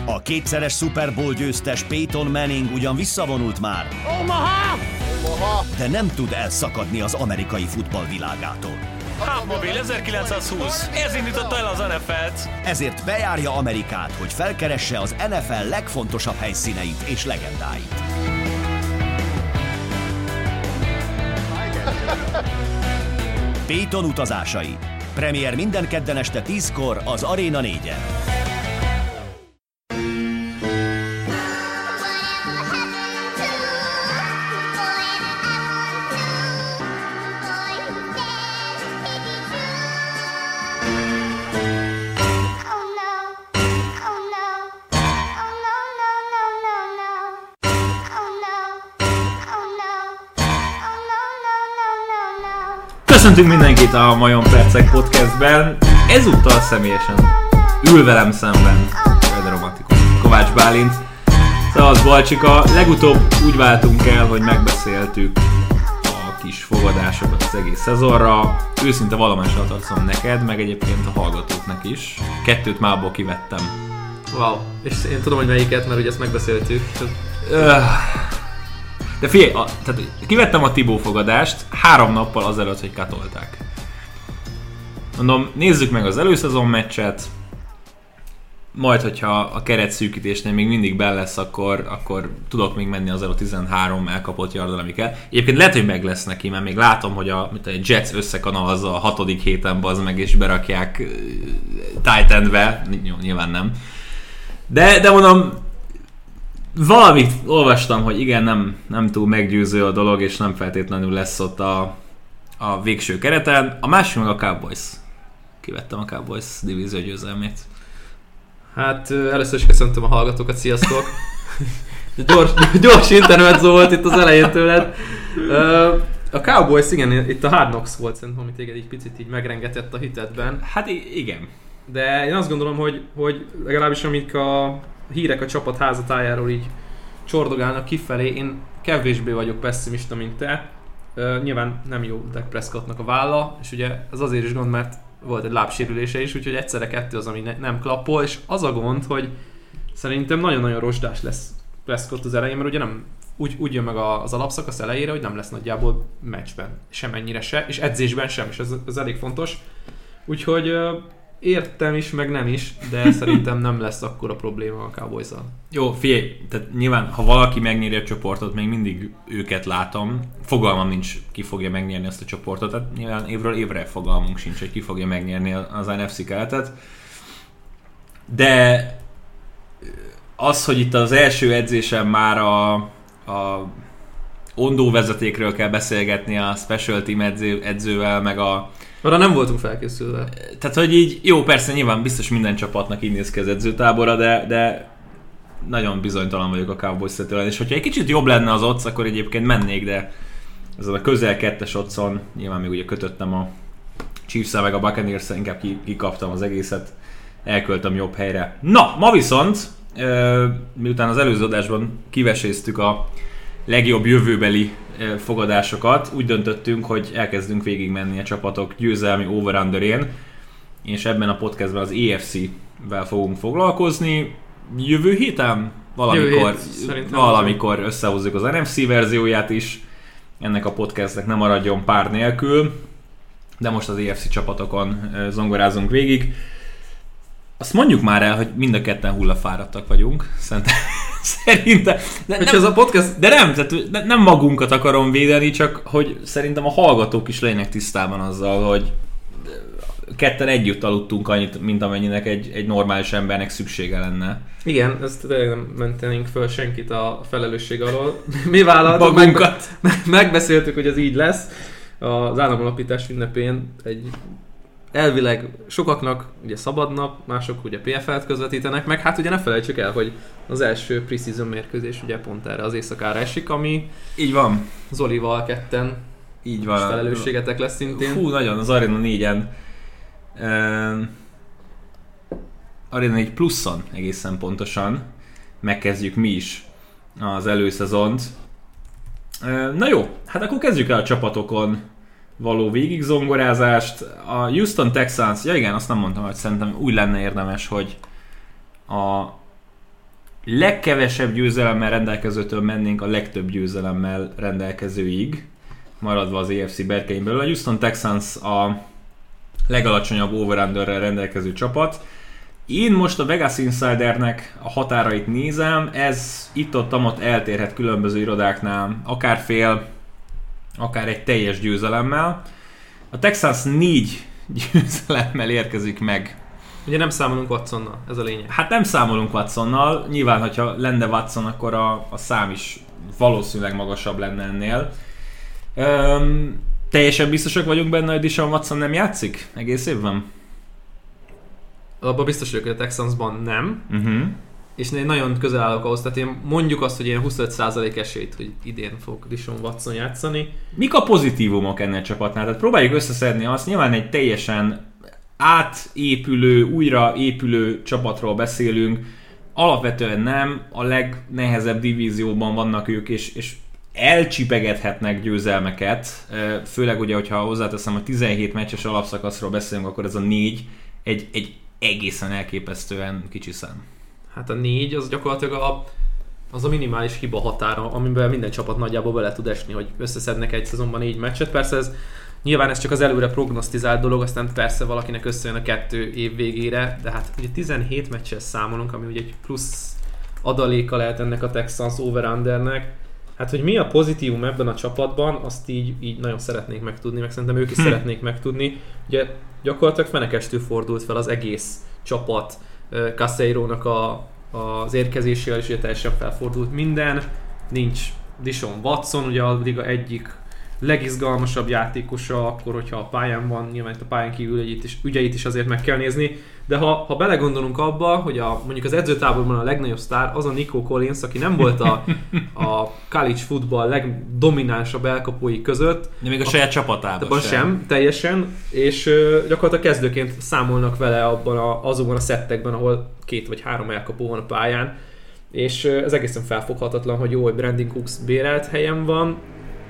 A kétszeres Super Bowl győztes Peyton Manning ugyan visszavonult már, de nem tud elszakadni az amerikai futball világától. Hubmobil 1920. Ez indította el az NFL-t. Ezért bejárja Amerikát, hogy felkeresse az NFL legfontosabb helyszíneit és legendáit. Peyton utazásai. Premier minden kedden este 10-kor az Arena 4-en. Köszöntünk mindenkit a Majom Percek podcastben. Ezúttal személyesen ül velem szemben romantikus Kovács Bálint. Szevasz Balcsika, legutóbb úgy váltunk el, hogy megbeszéltük a kis fogadásokat az egész szezonra. Őszinte valamással tartozom neked, meg egyébként a hallgatóknak is. 2 mából kivettem. Wow, és én tudom, hogy melyiket, mert ugye ezt megbeszéltük. De figyelj, tehát kivettem a Tibó fogadást 3 nappal azelőtt, hogy katolták. Mondom, nézzük meg az előszezon meccset, majd hogyha a keretszűkítésnél még mindig benn lesz, akkor tudok még menni az 13 elkapott yardal, ami kell. Egyébként lehet, hogy meg lesz neki, mert még látom, hogy a Jets összekanalazza a 6. héten bazd meg, és berakják tight endbe. Jó, nyilván nem. De mondom, valamit olvastam, hogy igen, nem túl meggyőző a dolog, és nem feltétlenül lesz ott a végső kereten. A másik meg a Cowboys. Kivettem a Cowboys divízió győzelmét. Hát először is köszöntöm a hallgatókat, sziasztok! Gyors internet volt itt az elején tőled. A Cowboys, igen, itt a Hard Knocks volt szerintem, amit téged egy picit így megrengetett a hitetben. Hát igen. De én azt gondolom, hogy legalábbis amik a hírek a csapat házatájáról így csordogálnak kifelé, én kevésbé vagyok pessimista, mint te. Nyilván nem jó Dak Prescottnak a válla, és ugye ez azért is gond, mert volt egy lábsérülése is, úgyhogy egyszerre 2 az, ami nem klappol, és az a gond, hogy szerintem nagyon-nagyon rozsdás lesz Prescott az elején, mert ugye nem úgy jön meg az alapszakasz elejére, hogy nem lesz nagyjából meccsben semennyire se, és edzésben sem, és ez elég fontos. Úgyhogy értem is, meg nem is, de szerintem nem lesz akkora probléma a Cowboys-al. Jó, figyelj, tehát nyilván, ha valaki megnyeri a csoportot, még mindig őket látom. Fogalmam nincs, ki fogja megnyerni ezt a csoportot, tehát nyilván évről évre fogalmunk sincs, hogy ki fogja megnyerni az NFC keletet. De az, hogy itt az első edzésen már a Ondó vezetékről kell beszélgetni a special team edzővel, meg arra nem voltunk felkészülve. Tehát, hogy így, jó, persze nyilván biztos minden csapatnak így néz ki az edzőtábora, de nagyon bizonytalan vagyok a Cowboys-től, és hogyha egy kicsit jobb lenne az odds, akkor egyébként mennék, de ezen a közel 2-es oddson, nyilván még ugye kötöttem a Chiefs-szel meg a Buccaneers-szel, inkább kikaptam az egészet, elköltöm jobb helyre. Na, ma viszont, miután az előző adásban kiveséztük a legjobb jövőbeli fogadásokat, úgy döntöttünk, hogy elkezdünk végigmenni a csapatok győzelmi over-underén, és ebben a podcastben az AFC-vel fogunk foglalkozni. Jövő héten valamikor összehozzuk az NFC verzióját is, ennek a podcastnek nem maradjon pár nélkül, de most az AFC csapatokon zongorázunk végig. Azt mondjuk már el, hogy mind a ketten hullafáradtak vagyunk, szerintem. Ez a podcast... De nem, tehát nem magunkat akarom védeni, csak hogy szerintem a hallgatók is legyenek tisztában azzal, hogy ketten együtt aludtunk annyit, mint amennyinek egy normális embernek szüksége lenne. Igen, ezt nem mentenénk föl senkit a felelősség alól. Mi vállaltuk magunkat. Megbeszéltük, hogy ez így lesz. Az államalapítás ünnepén egy elvileg sokaknak ugye szabad nap, mások ugye PFL-t közvetítenek, meg hát ugye ne felejtsük el, hogy az első preseason mérkőzés ugye pont erre az éjszakára esik, ami így van. Zolival ketten így van. Felelősségetek lesz szintén. Hú, nagyon, az Arena 4-en Arena 4 pluszon egészen pontosan megkezdjük mi is az előszezont. Na jó, hát akkor kezdjük el a csapatokon való végigzongorázást. A Houston Texans, ja igen, azt nem mondtam, hogy szerintem úgy lenne érdemes, hogy legkevesebb győzelemmel rendelkezőtől mennénk a legtöbb győzelemmel rendelkezőig, maradva az AFC berkein belül. A Houston Texans a legalacsonyabb over-underrel rendelkező csapat. Én most a Vegas Insidernek a határait nézem, ez itt-ott eltérhet különböző irodáknál, akár fél, akár egy teljes győzelemmel. A Texans 4 győzelemmel érkezik meg. Ugye nem számolunk Watsonnal, ez a lényeg. Hát nem számolunk Watsonnal, nyilván, hogyha lenne Watson, akkor a szám is valószínűleg magasabb lenne ennél. Teljesen biztosak vagyunk benne, hogy Deshaun Watson nem játszik egész évben? Abban biztos vagyok, hogy a Texansban nem. És én nagyon közel állok ahhoz, tehát én mondjuk azt, hogy ilyen 25% esélyt, hogy idén fog Deshaun Watson játszani. Mik a pozitívumok ennél a csapatnál? Tehát próbáljuk összeszedni azt, nyilván egy teljesen átépülő, újraépülő csapatról beszélünk, alapvetően nem, a legnehezebb divízióban vannak ők, és elcsipegethetnek győzelmeket, főleg ugye, hogyha hozzáteszem, a 17 meccses alapszakaszról beszélünk, akkor ez a 4 egy egészen elképesztően kicsi szám. Hát a 4 az gyakorlatilag az a minimális hiba határa, amiben minden csapat nagyjából bele tud esni, hogy összeszednek egy szezonban 4 meccset. Persze nyilván ez csak az előre prognosztizált dolog, aztán persze valakinek összejön a 2 év végére, de hát ugye 17 meccsel számolunk, ami ugye egy plusz adaléka lehet ennek a Texans over-undernek. Hát, hogy mi a pozitívum ebben a csapatban, azt így nagyon szeretnék megtudni, meg szerintem ők is szeretnék megtudni. Ugye gyakorlatilag fenekestül fordult fel az egész csapat Caseirónak az érkezésével, és ugye teljesen felfordult minden. Nincs Deshaun Watson, ugye a liga egyik legizgalmasabb játékosa, akkor, hogyha a pályán van, nyilván itt a pályán kívül ügyeit is azért meg kell nézni, de ha belegondolunk abba, hogy mondjuk az edzőtáborban a legnagyobb sztár az a Nico Collins, aki nem volt a college football legdominánsabb elkapói között. De még a saját csapatában sem. Teljesen, és gyakorlatilag kezdőként számolnak vele azokban a szettekben, ahol 2 vagy 3 elkapó van a pályán, és ez egészen felfoghatatlan, hogy jó, hogy Brandon Cooks bérelt helyen van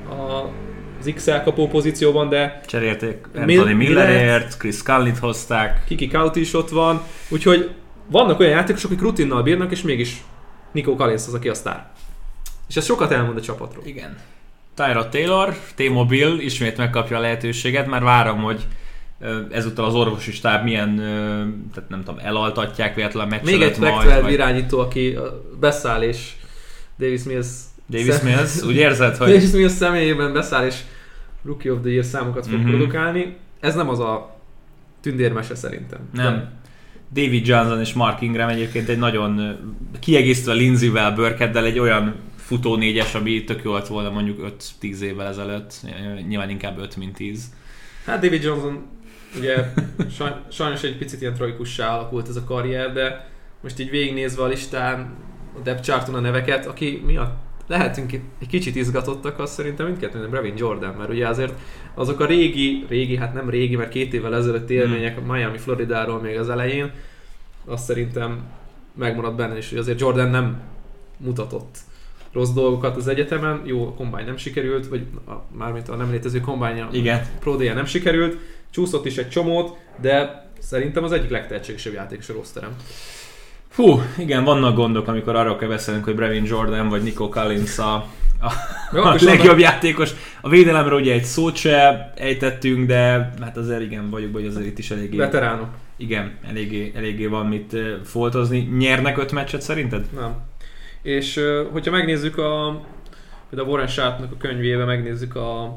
az X elkapó pozícióban, de cserélték Anthony Millerért, Chris Cullint hozták. Kiki Kaut is ott van, úgyhogy vannak olyan játékosok, akik rutinnal bírnak, és mégis Nico Collins az, aki a sztár. És ez sokat elmond a csapatról. Igen. Tyrod Taylor, T-Mobile ismét megkapja a lehetőséget, már várom, hogy ezúttal az orvosi stáb milyen, tehát nem tudom, elaltatják véletlenül a meccset. Még egy Pac-12 irányító, aki beszáll, és Davis Mills, úgy érzed, hogy... Davis Mills személyében beszáll, és Rookie of the Year számokat fog produkálni. Ez nem az a tündérmese szerintem. Nem. David Johnson és Mark Ingram egyébként egy nagyon kiegészítve Lindsey-vel, Burkheaddel egy olyan futó négyes, ami tök jó lett volna mondjuk 5-10 évvel ezelőtt. Nyilván inkább 5, mint 10. Hát David Johnson ugye sajnos egy picit ilyen tragikussá alakult ez a karrier, de most így végignézve a listán, a depth charton a neveket, aki miatt lehetünk egy kicsit izgatottak, az szerintem mindkettőnek Brevin Jordan, mert ugye azért azok a régi, hát nem régi, mert 2 évvel ezelőtt élmények a Miami, Floridáról még az elején, azt szerintem megmaradt benne is, hogy azért Jordan nem mutatott rossz dolgokat az egyetemen, jó, a combine nem sikerült, vagy mármint a nem létező combine-ja, Pro Day-je nem sikerült, csúszott is egy csomót, de szerintem az egyik legtehetségesebb játékos a rosterem. Hú, igen, vannak gondok, amikor arról kell beszélnünk, hogy Brevin Jordan vagy Nico Collins a legjobb játékos. A védelemre ugye egy szót se ejtettünk, de hát azért igen, vagyok, hogy azért itt is eléggé... Veteránok. Igen, eléggé van mit foltozni. Nyernek 5 meccset szerinted? Nem. És hogyha megnézzük a Warren Sharpnak a könyvébe, megnézzük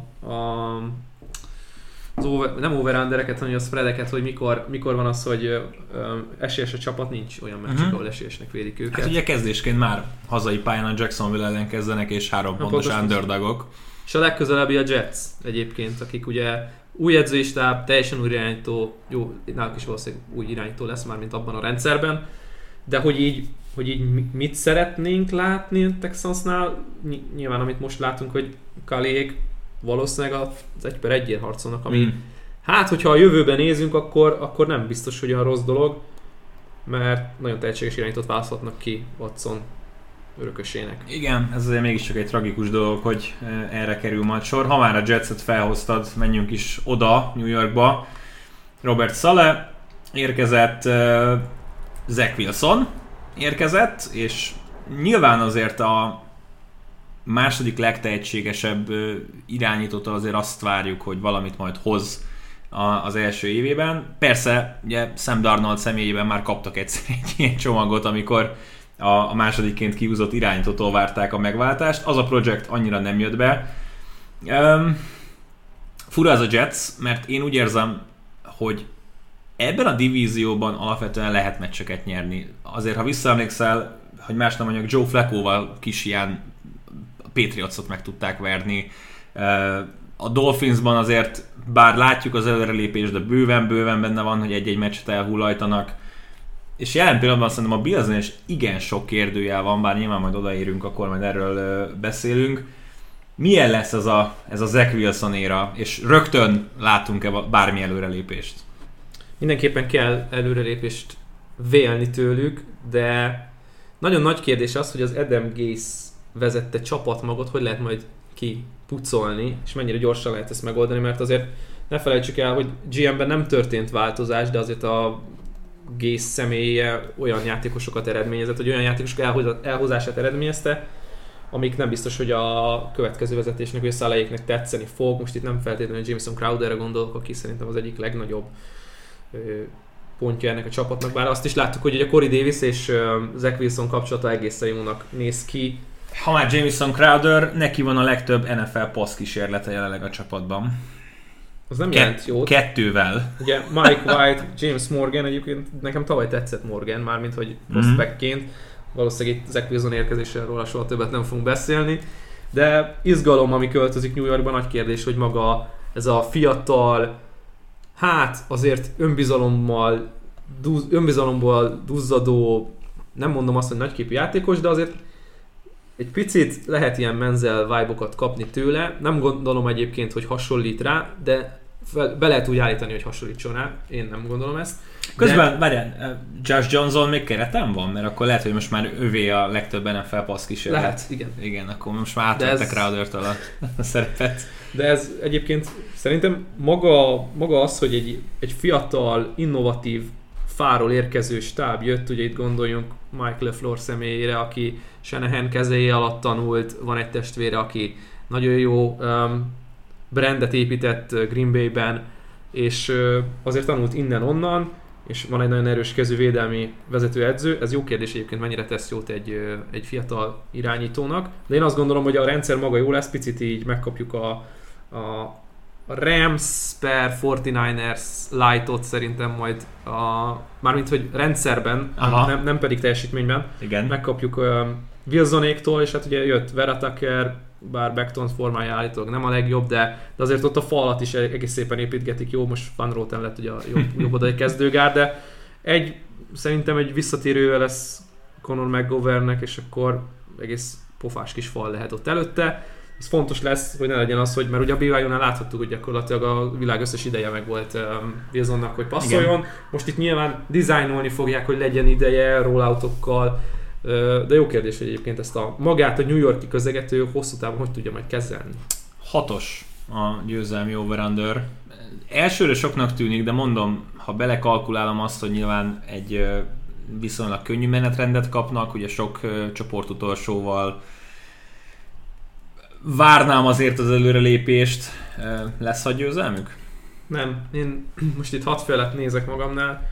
nem over-undereket, hanem a spreadeket, hogy mikor van az, hogy esélyes a csapat, nincs olyan meccsük, ahol esélyesnek védik őket. Hát ugye kezdésként már hazai pályán a Jacksonville ellen kezdenek, és 3 pontos underdogok. És a legközelebbi a Jets egyébként, akik ugye új edzői stáb, teljesen új irányító, jó, náluk is valószínűleg új irányító lesz már, mint abban a rendszerben, de hogy így mit szeretnénk látni a Texansnál, nyilván amit most látunk, hogy Kalék valószínűleg az 1-1-ért harcolnak, ami hát, hogyha a jövőben nézünk, akkor nem biztos, hogy olyan rossz dolog, mert nagyon tehetséges irányítót választhatnak ki Watson örökösének. Igen, ez azért mégiscsak egy tragikus dolog, hogy erre kerül majd sor. Ha már a Jetset felhoztad, menjünk is oda, New Yorkba. Robert Saleh érkezett, Zach Wilson érkezett, és nyilván azért a második legtehetségesebb irányítótól azért azt várjuk, hogy valamit majd hoz az első évében. Persze, ugye Sam Darnold személyében már kaptak egyszer egy ilyen csomagot, amikor a másodikként kihúzott irányítótól várták a megváltást. Az a projekt annyira nem jött be. Fura ez a Jets, mert én úgy érzem, hogy ebben a divízióban alapvetően lehet meccseket nyerni. Azért, ha visszaemlékszel, hogy más nem mondjuk, Joe Flacco-val kis ilyen Patriotsot meg tudták verni. A Dolphinsban azért, bár látjuk az előrelépést, de bőven benne van, hogy egy-egy meccset elhullajtanak. És jelen pillanatban szerintem a Billsnél is igen sok kérdőjel van, bár nyilván majd odaérünk, akkor majd erről beszélünk. Milyen lesz ez a Zach Wilson éra, és rögtön látunk-e bármi előrelépést? Mindenképpen kell előrelépést vélni tőlük, de nagyon nagy kérdés az, hogy az Adam Gase vezette csapatmagot, hogy lehet majd kipucolni, és mennyire gyorsan lehet ezt megoldani, mert azért ne felejtsük el, hogy GM-ben nem történt változás, de azért a Gase személye olyan játékosokat eredményezett, hogy olyan játékosok elhozását eredményezte, amik nem biztos, hogy a következő vezetésnek, vagy a Salehéknek tetszeni fog. Most itt nem feltétlenül Jamison Crowderre gondolok, aki szerintem az egyik legnagyobb pontja ennek a csapatnak, bár azt is láttuk, hogy a Corey Davis és Zach Wilson kapcsolata egészen jónak néz ki. Ha már Jamison Crowder, neki van a legtöbb NFL passz kísérlete jelenleg a csapatban. Az nem jelent jót. Kettővel. Ugye Mike White, James Morgan, egyébként nekem tavaly tetszett Morgan, mármint hogy prospectként. Valószínűleg itt Zach Wilson érkezéséről róla soha többet nem fogunk beszélni. De izgalom, ami költözik New Yorkban, nagy kérdés, hogy maga ez a fiatal, hát azért önbizalomból duzzadó, nem mondom azt, hogy nagyképű játékos, de azért egy picit lehet ilyen Menzel vibe-okat kapni tőle. Nem gondolom egyébként, hogy hasonlít rá, de be lehet úgy állítani, hogy hasonlítson rá. Én nem gondolom ezt. Közben, várjál, Josh Johnson még kereten van? Mert akkor lehet, hogy most már övé a legtöbb NFL passz kísérlet. Lehet, igen. Igen, akkor most már átvette Crowdertől a szerepet. De ez egyébként szerintem maga az, hogy egy fiatal, innovatív, fáról érkező stáb jött, ugye itt gondoljunk Mike LaFleur személyére, aki Shanahan kezei alatt tanult, van egy testvére, aki nagyon jó brandet épített Green Bay-ben, és azért tanult innen-onnan, és van egy nagyon erős kezűvédelmi vezetőedző. Ez jó kérdés egyébként, mennyire tesz jót egy fiatal irányítónak, de én azt gondolom, hogy a rendszer maga jó lesz, picit így megkapjuk a Rams per 49ers lightot szerintem majd mármint hogy rendszerben, nem pedig teljesítményben. Igen. Megkapjuk Wilsonéktól, és hát ugye jött Vera Tucker, bár Beckton formája állítólag nem a legjobb, de azért ott a falat is egész szépen építgetik. Jó, most Van Roten lett ugye a jobb oldali kezdőgár, de szerintem egy visszatérője lesz Conor McGovernnek, és akkor egész pofás kis fal lehet ott előtte. Ez fontos lesz, hogy ne legyen az, hogy mert ugye a BYU-nál láthattuk, hogy gyakorlatilag a világ összes ideje meg volt Wilsonnak, hogy passzoljon. Igen. Most itt nyilván dizájnolni fogják, hogy legyen ideje rolloutokkal, de jó kérdés, hogy egyébként ezt magát a New York-i közegető hosszú távon hogy tudja majd kezelni. 6-os a győzelmi over-under. Elsőre soknak tűnik, de mondom, ha belekalkulálom azt, hogy nyilván egy viszonylag könnyű menetrendet kapnak, ugye sok csoportutolsóval, várnám azért az előrelépést. Lesz a győzelmük? Nem, én most itt 6 felet nézek magamnál.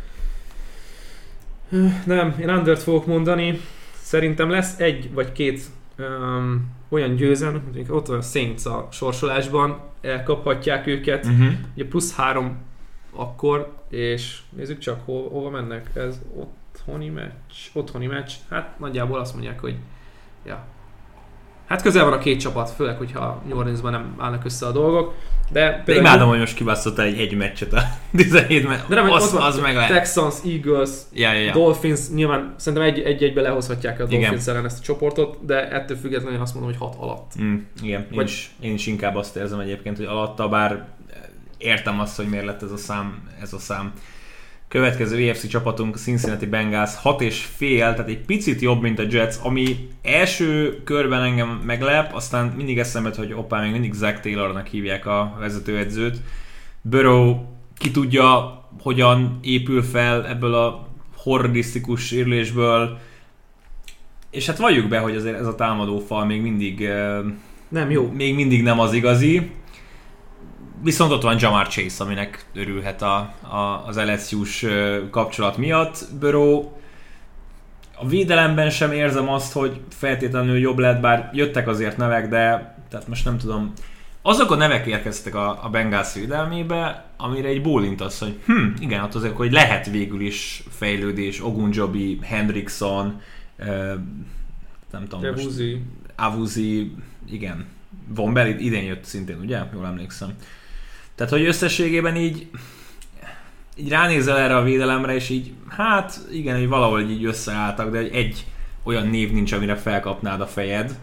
Nem, én undert fogok mondani. Szerintem lesz egy vagy két olyan győzelem, mondjuk ott van a Saints a sorsolásban, elkaphatják őket. Ugye +3 akkor, és nézzük csak hova mennek. Ez otthoni meccs. Hát nagyjából azt mondják, hogy ja. Hát közel van a két csapat, főleg, hogyha New Orleansban nem állnak össze a dolgok. De imádom, hogy most kibasztottál egy meccset a 17 meccs. De nem, az meg lehet. Texans, Eagles, Dolphins, nyilván szerintem egy-egybe lehozhatják a Dolphins ellen ezt a csoportot, de ettől függetlenül azt mondom, hogy 6 alatt. Igen, én is inkább azt érzem egyébként, hogy alatta, bár értem azt, hogy miért lett ez a szám. Következő EFC csapatunk Cincinnati Bengals 6,5, tehát egy picit jobb, mint a Jets, ami első körben engem meglep, aztán mindig eszembe, hogy még mindig Zach Taylornak hívják a vezetőedzőt. Burrow ki tudja, hogyan épül fel ebből a horrorisztikus sérülésből. És hát valljuk be, hogy azért ez a támadófal még mindig nem jó. Még mindig nem az igazi. Viszont ott van Ja'Marr Chase, aminek örülhet az LSU-s kapcsolat miatt. Burrow, a védelemben sem érzem azt, hogy feltétlenül jobb lett, bár jöttek azért nevek, de tehát most nem tudom. Azok a nevek érkeztek a Bengals védelmébe, amire egy bólintasz, hogy igen, ott azért, hogy lehet végül is fejlődés, Ogunjobi, Hendrickson, nem tudom, Awuzie, igen. Von Bell idén jött szintén, ugye? Jól emlékszem. Tehát, hogy összességében így ránézel erre a védelemre, és így, hát igen, hogy valahol így összeálltak, de egy olyan név nincs, amire felkapnád a fejed.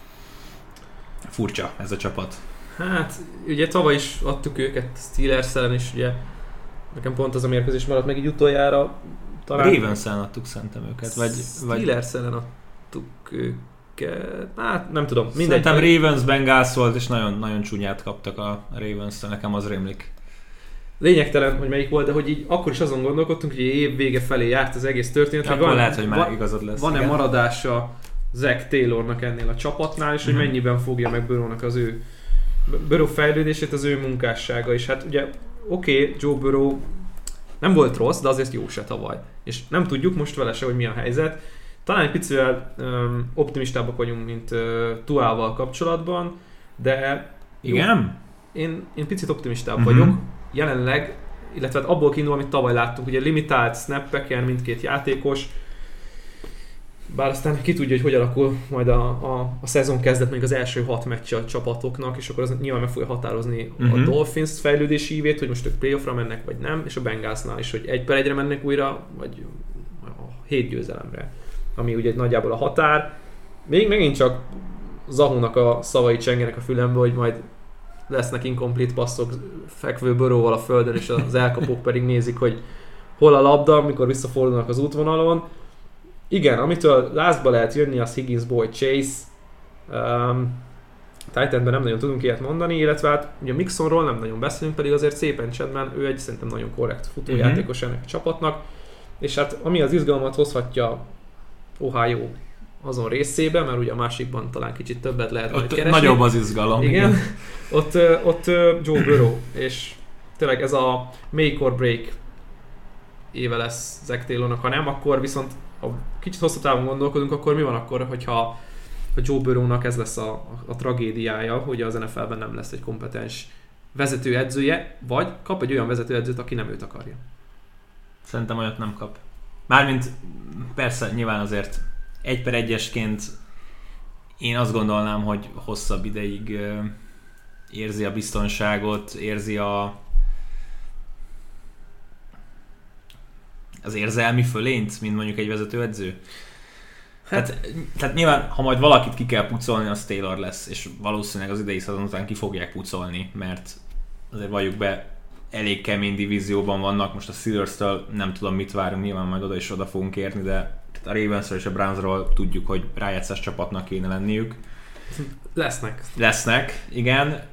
Furcsa ez a csapat. Hát, ugye tavaly is adtuk őket Steelers ellen, és ugye nekem pont az a mérkőzés maradt meg így utoljára. Talán Ravens ellen adtuk szerintem őket, vagy Steelers ellen adtuk őket, hát nem tudom. Mindegy. Szerintem Ravens Bengals volt, és nagyon, nagyon csúnyát kaptak a Ravens-től, nekem az rémlik. Lényegtelen, hogy melyik volt, de hogy így akkor is azon gondolkodtunk, hogy év vége felé járt az egész történet. Akkor van, lehet, hogy már igazad lesz. Van-e maradása Zach Taylornak ennél a csapatnál, és hogy mennyiben fogja meg Burrownak az ő Burrow fejlődését, az ő munkássága is. Hát ugye oké, Joe Burrow nem volt rossz, de azért jó se tavaly. És nem tudjuk most vele se, hogy mi a helyzet. Talán egy picivel optimistábbak vagyunk, mint Tuával kapcsolatban, de igen? Én picit optimistább vagyok. Jelenleg, illetve abból kiindul, amit tavaly láttunk, ugye limitált snappeken mindkét játékos, bár aztán ki tudja, hogy alakul majd a szezon kezdet, még az első 6 meccs a csapatoknak, és akkor az nyilván meg fogja határozni a Dolphins fejlődési ívét, hogy most ők playoffra mennek, vagy nem, és a Bengalsnál is, hogy 1-1-re mennek újra, vagy a 7 győzelemre, ami ugye nagyjából a határ. Még megint csak Zahónak a szavai csengenek a fülembe, hogy majd lesznek incomplete passzok fekvő Burrowval a földön, és az elkapók pedig nézik, hogy hol a labda, mikor visszafordulnak az útvonalon. Igen, amitől lázba lehet jönni, az Higgins, Boyd, Chase. Titanben nem nagyon tudunk ilyet mondani, illetve hát ugye Mixonról nem nagyon beszélünk, pedig azért szépen csendben ő egy szerintem nagyon korrekt futójátékos ennek a csapatnak. És hát ami az izgalmat hozhatja Ohio azon részében, mert ugye a másikban talán kicsit többet lehet majd keresni. Nagyobb az izgalom. Igen. Ott Joe Burrow, és tényleg ez a make or break éve lesz Zach Taylornak, ha nem, akkor viszont ha kicsit hosszabb távon gondolkodunk, akkor mi van akkor, hogyha a Joe Burrownak ez lesz a tragédiája, hogy az NFL-ben nem lesz egy kompetens vezetőedzője, vagy kap egy olyan vezetőedzőt, aki nem őt akarja. Szerintem olyat nem kap. Mármint persze nyilván azért 1/1-esként én azt gondolnám, hogy hosszabb ideig érzi a biztonságot, érzi az érzelmi fölényt, mint mondjuk egy vezetőedző. Tehát nyilván, ha majd valakit ki kell pucolni, az Taylor lesz, és valószínűleg az idei szezon után ki fogják pucolni, mert azért valljuk be, elég kemény divízióban vannak, most a Steelers-től nem tudom mit várunk, nyilván majd oda is oda fogunk érni, de a Ravensről és a Brownsról tudjuk, hogy rájátszás csapatnak kéne lenniük. Lesznek, igen.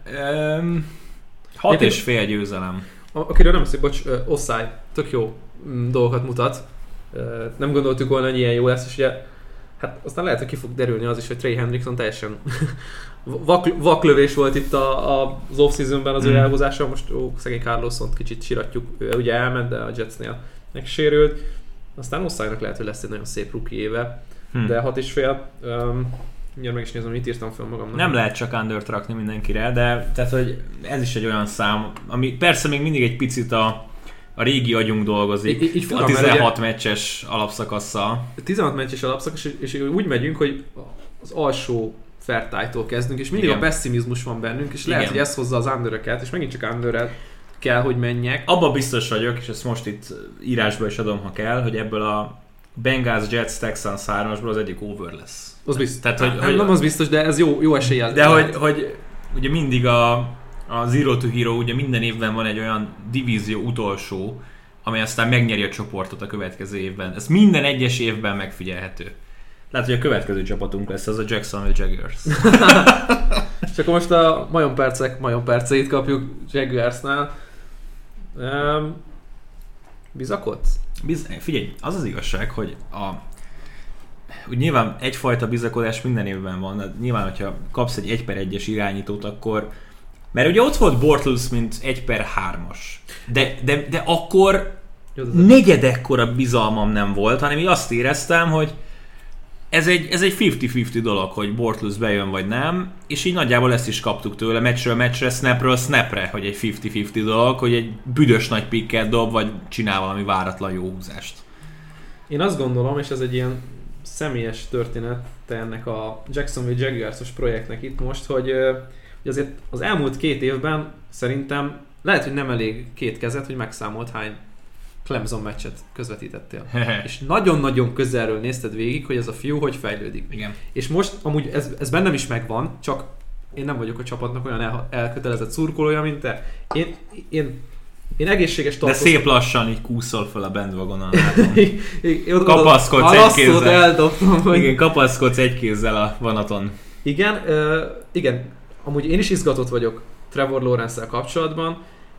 6,5 győzelem. Akiről nem szép, bocs, Ossai, tök jó dolgokat mutat. Nem gondoltuk volna, hogy ilyen jó lesz, és ugye hát aztán lehet, hogy ki fog derülni az is, hogy Trey Hendrickson teljesen vaklövés volt itt az off-seasonben az ő elhúzása. Most szegény Carlosont kicsit siratjuk, ő ugye elment, de a Jetsnél megsérült. Aztán Ossainak lehet, hogy lesz egy nagyon szép rookie éve, de 6,5. Mindjárt meg is nézem, mit írtam fel magamnak. Nem lehet csak undert rakni mindenkire, de tehát, hogy ez is egy olyan szám, ami persze még mindig egy picit a régi agyunk dolgozik, így a 16 meccses alapszakasszal. 16 meccses alapszakasz, és úgy megyünk, hogy az alsó fertájtól kezdünk, és mindig a pessimizmus van bennünk, és lehet, hogy ez hozza az underöket, és megint csak underrel kell, hogy menjek. Abban biztos vagyok, és ezt most itt írásba is adom, ha kell, hogy ebből a Bengals, Jets, Texans 3-asból az egyik over lesz. Az biztos. Tehát, hogy nem az biztos, de ez jó eséllyel. De hogy ugye mindig a Zero to Hero, ugye minden évben van egy olyan divízió utolsó, amely aztán megnyeri a csoportot a következő évben. Ez minden egyes évben megfigyelhető. Lehet, hogy a következő csapatunk lesz, az a Jacksonville Jaguars. És akkor most a majom perceit kapjuk Jaguarsnál. Bizakodsz? Figyelj, az az igazság, hogy úgy nyilván egyfajta bizakodás minden évben van, de nyilván, hogyha kapsz egy 1/1-es irányítót, akkor... Mert ugye ott volt Bortles, mint 1/3-as. De akkor negyedekkora bizalmam nem volt, hanem így azt éreztem, hogy ez egy 50-50 dolog, hogy Bortles bejön vagy nem, és így nagyjából ezt is kaptuk tőle meccsről meccsre, snapről snapre, hogy egy 50-50 dolog, hogy egy büdös nagy pikket dob, vagy csinál valami váratlan jó húzást. Én azt gondolom, és ez egy ilyen személyes történet ennek a Jacksonville Jaguars-os projektnek itt most, hogy azért az elmúlt 2 évben szerintem lehet, hogy nem elég 2 kezet, hogy megszámolt hány Clemson meccset közvetítettél. És nagyon-nagyon közelről nézted végig, hogy ez a fiú hogy fejlődik. Igen. És most amúgy ez bennem is megvan, csak én nem vagyok a csapatnak olyan elkötelezett szurkolója, mint te. Én egészséges tartozom. De szép lassan így kúszol fel a bandwagonon, látom. Kapaszkodsz egy kézzel. Eldobtam, hogy... Igen, kapaszkodsz egy kézzel a vonaton. Igen. Amúgy én is izgatott vagyok Trevor Lawrence-szel kapcsolatban.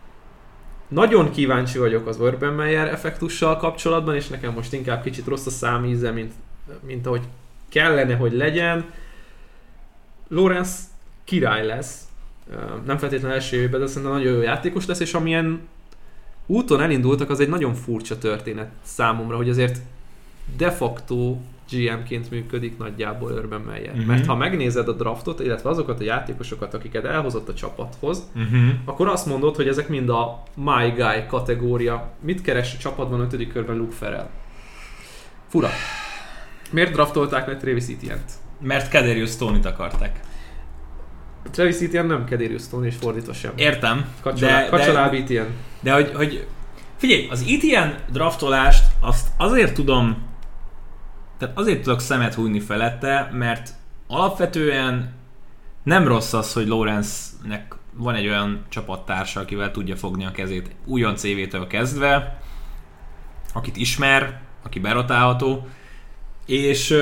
Nagyon kíváncsi vagyok az Urban Meyer effektussal kapcsolatban, és nekem most inkább kicsit rossz a számíze, mint ahogy kellene, hogy legyen. Lawrence király lesz. Nem feltétlenül első évben, de szerintem nagyon jó játékos lesz, és amilyen úton elindultak, az egy nagyon furcsa történet számomra, hogy azért de facto GM-ként működik nagyjából Urban Meyer. Mert ha megnézed a draftot, illetve azokat a játékosokat, akiket elhozott a csapathoz, akkor azt mondod, hogy ezek mind a my guy kategória. Mit keres a csapatban 5. körben Luke Farrell? Fura. Miért draftolták le Travis Etienne-t? Mert Kadarius Toney-t akarták. Travis Etienne nem Kadarius Toney, és fordítva sem. Értem. Kacsaláb Etienne. De hogy figyelj, az Etienne draftolást azt azért tudom, tehát azért tudok szemet hújni felette, mert alapvetően nem rossz az, hogy Lawrence-nek van egy olyan csapattársa, akivel tudja fogni a kezét újonc évétől kezdve, akit ismer, aki berotálható, és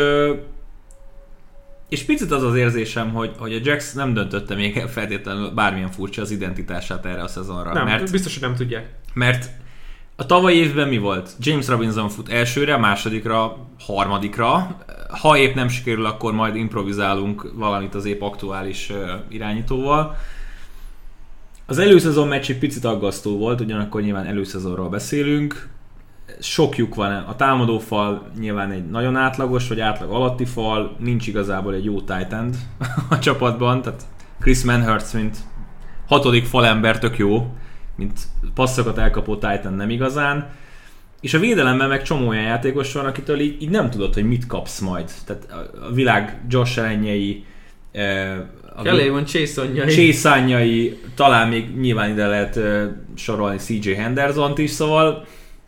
picit az érzésem, hogy a Jacks nem döntötte még feltétlenül bármilyen furcsa az identitását erre a szezonra. Nem, mert, biztos, hogy nem tudják. Mert a tavalyi évben mi volt? James Robinson fut elsőre, másodikra, harmadikra. Ha épp nem sikerül, akkor majd improvizálunk valamit az épp aktuális irányítóval. Az előszezon meccs egy picit aggasztó volt, ugyanakkor nyilván előszezonról beszélünk. Sok lyuk van, a támadófal nyilván egy nagyon átlagos, vagy átlag alatti fal, nincs igazából egy jó tight end a csapatban, tehát Chris Manhertz, mint 6. falember tök jó, mint passzokat elkapó tight end nem igazán, és a védelemben meg csomó olyan játékos van, akitől így nem tudod, hogy mit kapsz majd. Tehát a világ Josh Allenjei, Kelly Chase-anyjai, talán még nyilván ide lehet sorolni CJ Hendersont is, szóval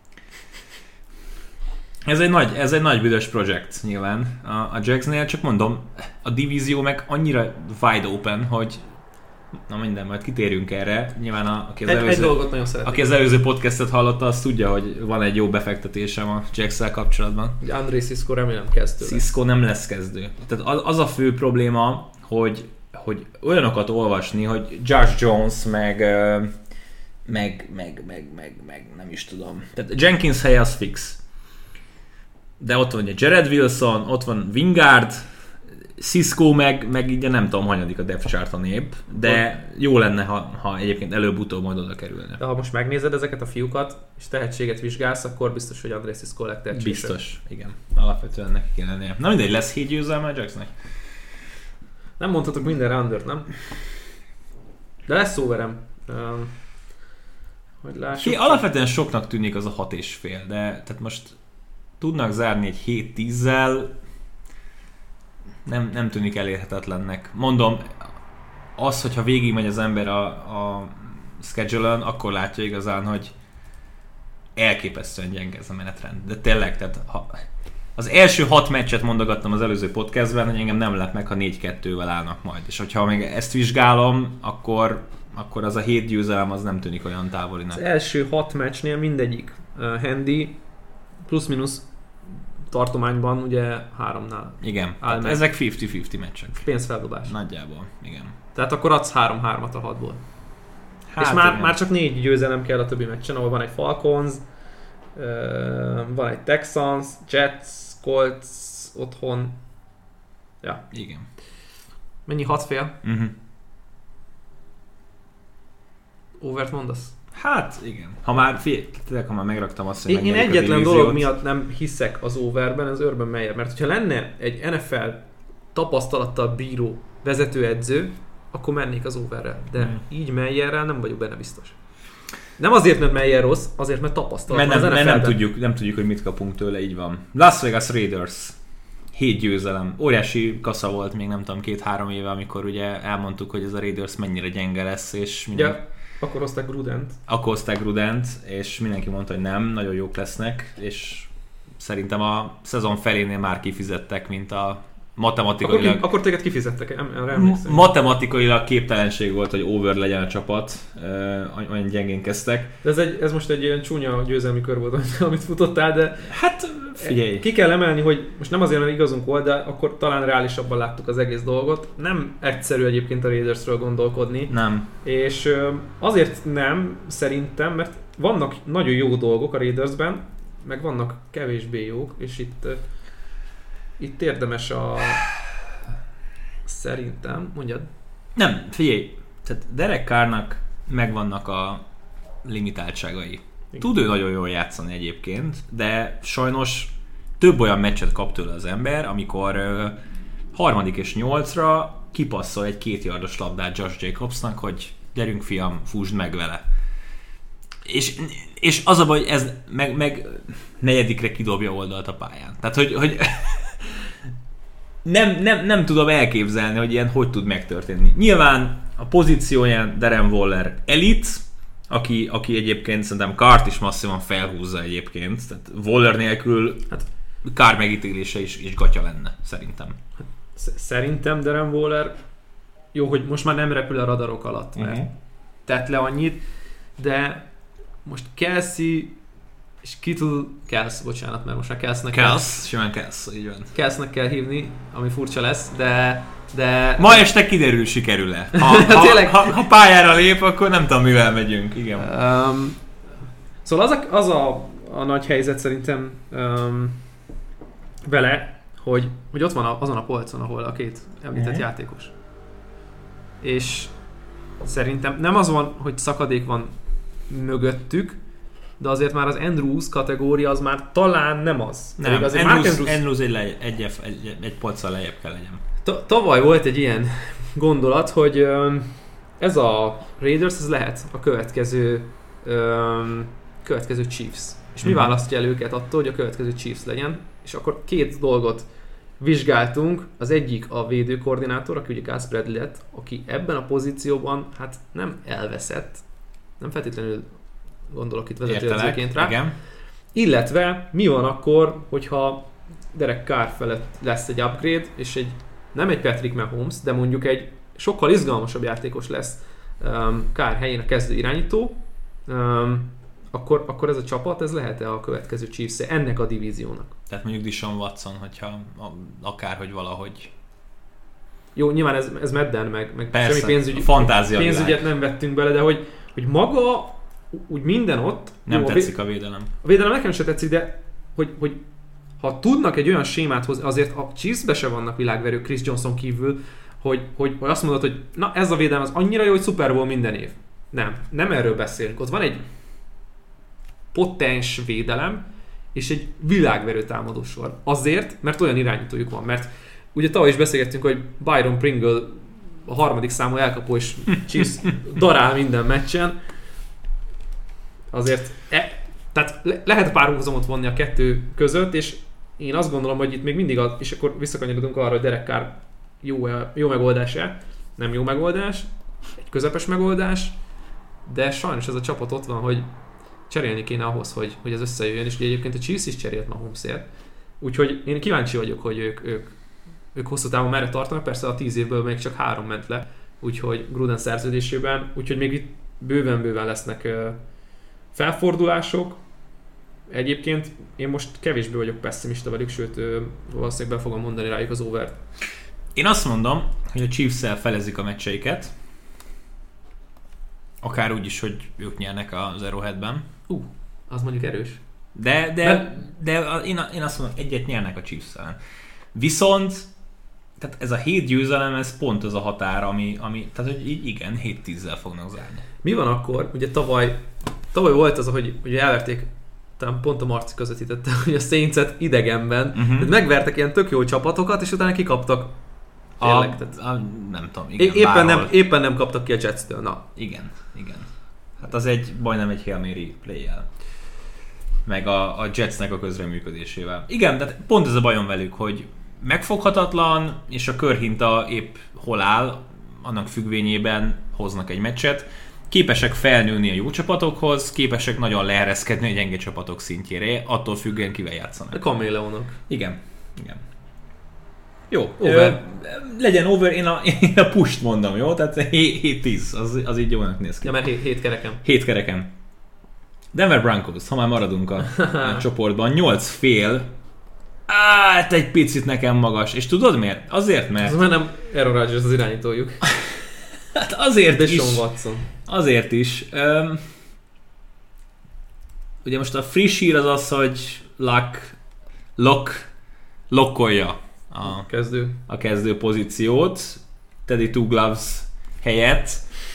ez egy nagy büdös projekt nyilván a Jacksnél, csak mondom, a divízió meg annyira wide open, hogy na minden, majd kitérünk erre. Nyilván aki az előző podcastet hallotta, az tudja, hogy van egy jó befektetésem a Jacks-szel kapcsolatban. André Cisco remélem kezdő. Cisco nem lesz kezdő. Tehát az a fő probléma, hogy olyanokat olvasni, hogy Josh Jones meg nem is tudom. Tehát Jenkins helye az fix. De ott van ugye Jared Wilson, ott van Wingard, Cisco meg így nem tudom, hanyadik a depth charton épp, de jó lenne, ha egyébként előbb-utóbb majd oda kerülne. De ha most megnézed ezeket a fiúkat, és tehetséget vizsgálsz, akkor biztos, hogy André Cisco legtehetségesebb. Biztos, igen. Alapvetően neki kéne lennie. Na mindegy, lesz 7 győzelme a Jacksnek? Nem mondhatok mindenre undert, nem? De lesz overem. Hogy lássuk. Alapvetően soknak tűnik az a 6,5, de tehát most tudnak zárni egy 7-10-zel, nem tűnik elérhetetlennek. Mondom, az, hogyha végigmegy az ember a schedule-ön, akkor látja igazán, hogy elképesztően gyenge ez a menetrend. De tényleg, tehát az első 6 meccset mondogattam az előző podcastben, hogy engem nem lep meg, ha 4-2-vel állnak majd. És hogyha még ezt vizsgálom, akkor az a 7 győzelem az nem tűnik olyan távolinak. Az első 6 meccsnél mindegyik handy, plusz-minusz tartományban ugye 3-nál. Igen, ezek 50-50 meccsek. Pénzfeldobás. Nagyjából, igen. Tehát akkor adsz 3-3-at a 6-ból. Hát és már csak 4 győzelem kell a többi meccsen, ahol van egy Falcons, van egy Texans, Jets, Colts, otthon. Ja. Igen. Mennyi 6,5? Overt mondasz? Hát igen. Ha már megraktam azt, hogy én egyetlen dolog miatt nem hiszek az overben, az Urban Meyer, mert hogyha lenne egy NFL tapasztalattal bíró vezetőedző, akkor mennék az overrel. De így Meyerrel nem vagyok benne biztos. Nem azért, mert Meyer rossz, azért, mert tapasztalat van az NFL-ben. Nem tudjuk, hogy mit kapunk tőle, így van. Las Vegas Raiders. 7 győzelem. Óriási kasza volt még nem tudom 2-3 éve, amikor ugye elmondtuk, hogy ez a Raiders mennyire gyenge lesz, és akkor hozták Grudent. És mindenki mondta, hogy nem, nagyon jók lesznek, és szerintem a szezon felénél már kifizettek, mint a matematikailag... Akkor téged kifizettek, emlékszem. Matematikailag képtelenség volt, hogy over legyen a csapat, olyan gyengén kezdtek. De ez most egy ilyen csúnya győzelmi kör volt, amit futottál, de... Hát figyelj! Ki kell emelni, hogy most nem azért, mert igazunk volt, de akkor talán reálisabban láttuk az egész dolgot. Nem egyszerű egyébként a Raidersről gondolkodni. Nem. És azért nem, szerintem, mert vannak nagyon jó dolgok a Raidersben, meg vannak kevésbé jók, és itt érdemes szerintem, mondjad? Nem, figyelj, tehát Derek Carrnak megvannak a limitáltságai. Tud ő nagyon jól játszani egyébként, de sajnos több olyan meccset kap tőle az ember, amikor 3. és 8-ra kipasszol egy 2 yardos labdát Josh Jacobsnak, hogy gyerünk fiam, fúsd meg vele. És az a baj, hogy ez meg 4. kidobja oldalt a pályán. Tehát, hogy nem tudom elképzelni, hogy ilyen hogy tud megtörténni. Nyilván a pozícióján Darren Waller elit, aki egyébként szerintem Carrt is masszívan felhúzza egyébként. Tehát Waller nélkül Carr megítélése is gatya lenne, szerintem. Szerintem Darren Waller jó, hogy most már nem repül a radarok alatt, mert tett le annyit, de most Kelsey és Kelce, bocsánat, mert most már Kelce, így van. Kelce-nek kell hívni, ami furcsa lesz, de... Ma este kiderül, sikerül-e. Ha pályára lép, akkor nem tudom, mivel megyünk. Igen. Szóval az a nagy helyzet szerintem vele, hogy ott van azon a polcon, ahol a két említett játékos. És szerintem nem az van, hogy szakadék van mögöttük, de azért már az Andrews kategória az már talán nem az. Nem, Andrews egy polccal lejjebb kell legyen. Tavaly volt egy ilyen gondolat, hogy ez a Raiders ez lehet a következő Chiefs. És mi választja el őket attól, hogy a következő Chiefs legyen. És akkor 2 dolgot vizsgáltunk. Az egyik a védőkoordinátor, aki ugye Gus Bradley lett, aki ebben a pozícióban hát nem elveszett, nem feltétlenül gondolok itt vezetőedzőként rá. Igen. Illetve mi van akkor, hogyha Derek Carr felett lesz egy upgrade, és nem egy Patrick Mahomes, de mondjuk egy sokkal izgalmasabb játékos lesz Carr helyén a kezdő irányító, akkor ez a csapat, ez lehet-e a következő Chiefs ennek a divíziónak? Tehát mondjuk Deshaun Watson, hogyha akárhogy valahogy... Jó, nyilván ez medden, meg persze, semmi pénzügyet nem vettünk bele, de hogy maga úgy minden ott... Nem tetszik a védelem. A védelem nekem sem tetszik, de hogy ha tudnak egy olyan sémát hozni, azért a Chiefsbe se vannak világverők Chris Johnson kívül, hogy azt mondod, hogy na ez a védelem az annyira jó, hogy Super Bowl minden év. Nem erről beszélünk. Ott van egy potens védelem, és egy világverő támadósor. Azért, mert olyan irányítójuk van. Mert ugye tavaly is beszélgettünk, hogy Byron Pringle a 3. számú elkapó, és Chiefs darál minden meccsen. Azért tehát lehet párhuzamot vonni a 2 között, és én azt gondolom, hogy itt még mindig és akkor visszakanyarodunk arra, hogy Derek Carr jó megoldás-e. Nem jó megoldás, egy közepes megoldás, de sajnos ez a csapat ott van, hogy cserélni kéne ahhoz, hogy ez összejöjjön, és ugye egyébként a Chiefs is cserélt Mahomesért. Úgyhogy én kíváncsi vagyok, hogy ők hosszú távon merre tartanak, persze a 10 évből még csak 3 ment le, úgyhogy Gruden szerződésében, úgyhogy még itt bőven lesznek felfordulások. Egyébként én most kevésbé vagyok pessimista velük, sőt valószínűleg be fogom mondani rájuk az overt. Én azt mondom, hogy a Chiefs-szel felezik a meccseiket. Akár úgy is, hogy ők nyernek az Arrowheadben. Az mondjuk erős. De én azt mondom, egyet nyernek a Chiefs-szel. Viszont tehát ez a 7 győzelem, ez pont az a határ, ami tehát hogy így igen, 7-10-zel fognak zárni. Mi van akkor? Ugye tavaly volt az, hogy ugye elverték, talán pont a Marci közvetítette, hogy a Saints-et idegenben, megvertek ilyen tök jó csapatokat, és utána kikaptak. Nem tudom, igen, éppen nem kaptak ki a Jets-től, na. Igen. Hát az majdnem egy Hail Mary play-jel. Meg a Jetsnek a közreműködésével. Igen, de pont ez a bajom velük, hogy megfoghatatlan, és a körhinta épp hol áll, annak függvényében hoznak egy meccset. Képesek felnőni a jó csapatokhoz, képesek nagyon leereszkedni a gyenge csapatok szintjére, attól függően kivel játszanak. A kaméleonok. Igen. Jó, legyen over, én a pusht mondom, jó? Tehát 7-10, az így jónak néz ki. Ja, mert 7 kerekem. 7 kerekem. Denver Broncos, ha már maradunk a csoportban, 8,5. Hát egy picit nekem magas. És tudod miért? Azért, mert... Ez már nem Aaron Rodgers az irányítójuk. Hát azért is. Deshaun Watson. Azért is. Ugye most a friss hír az, hogy lokkolja a kezdő pozíciót Teddy Two Gloves helyett.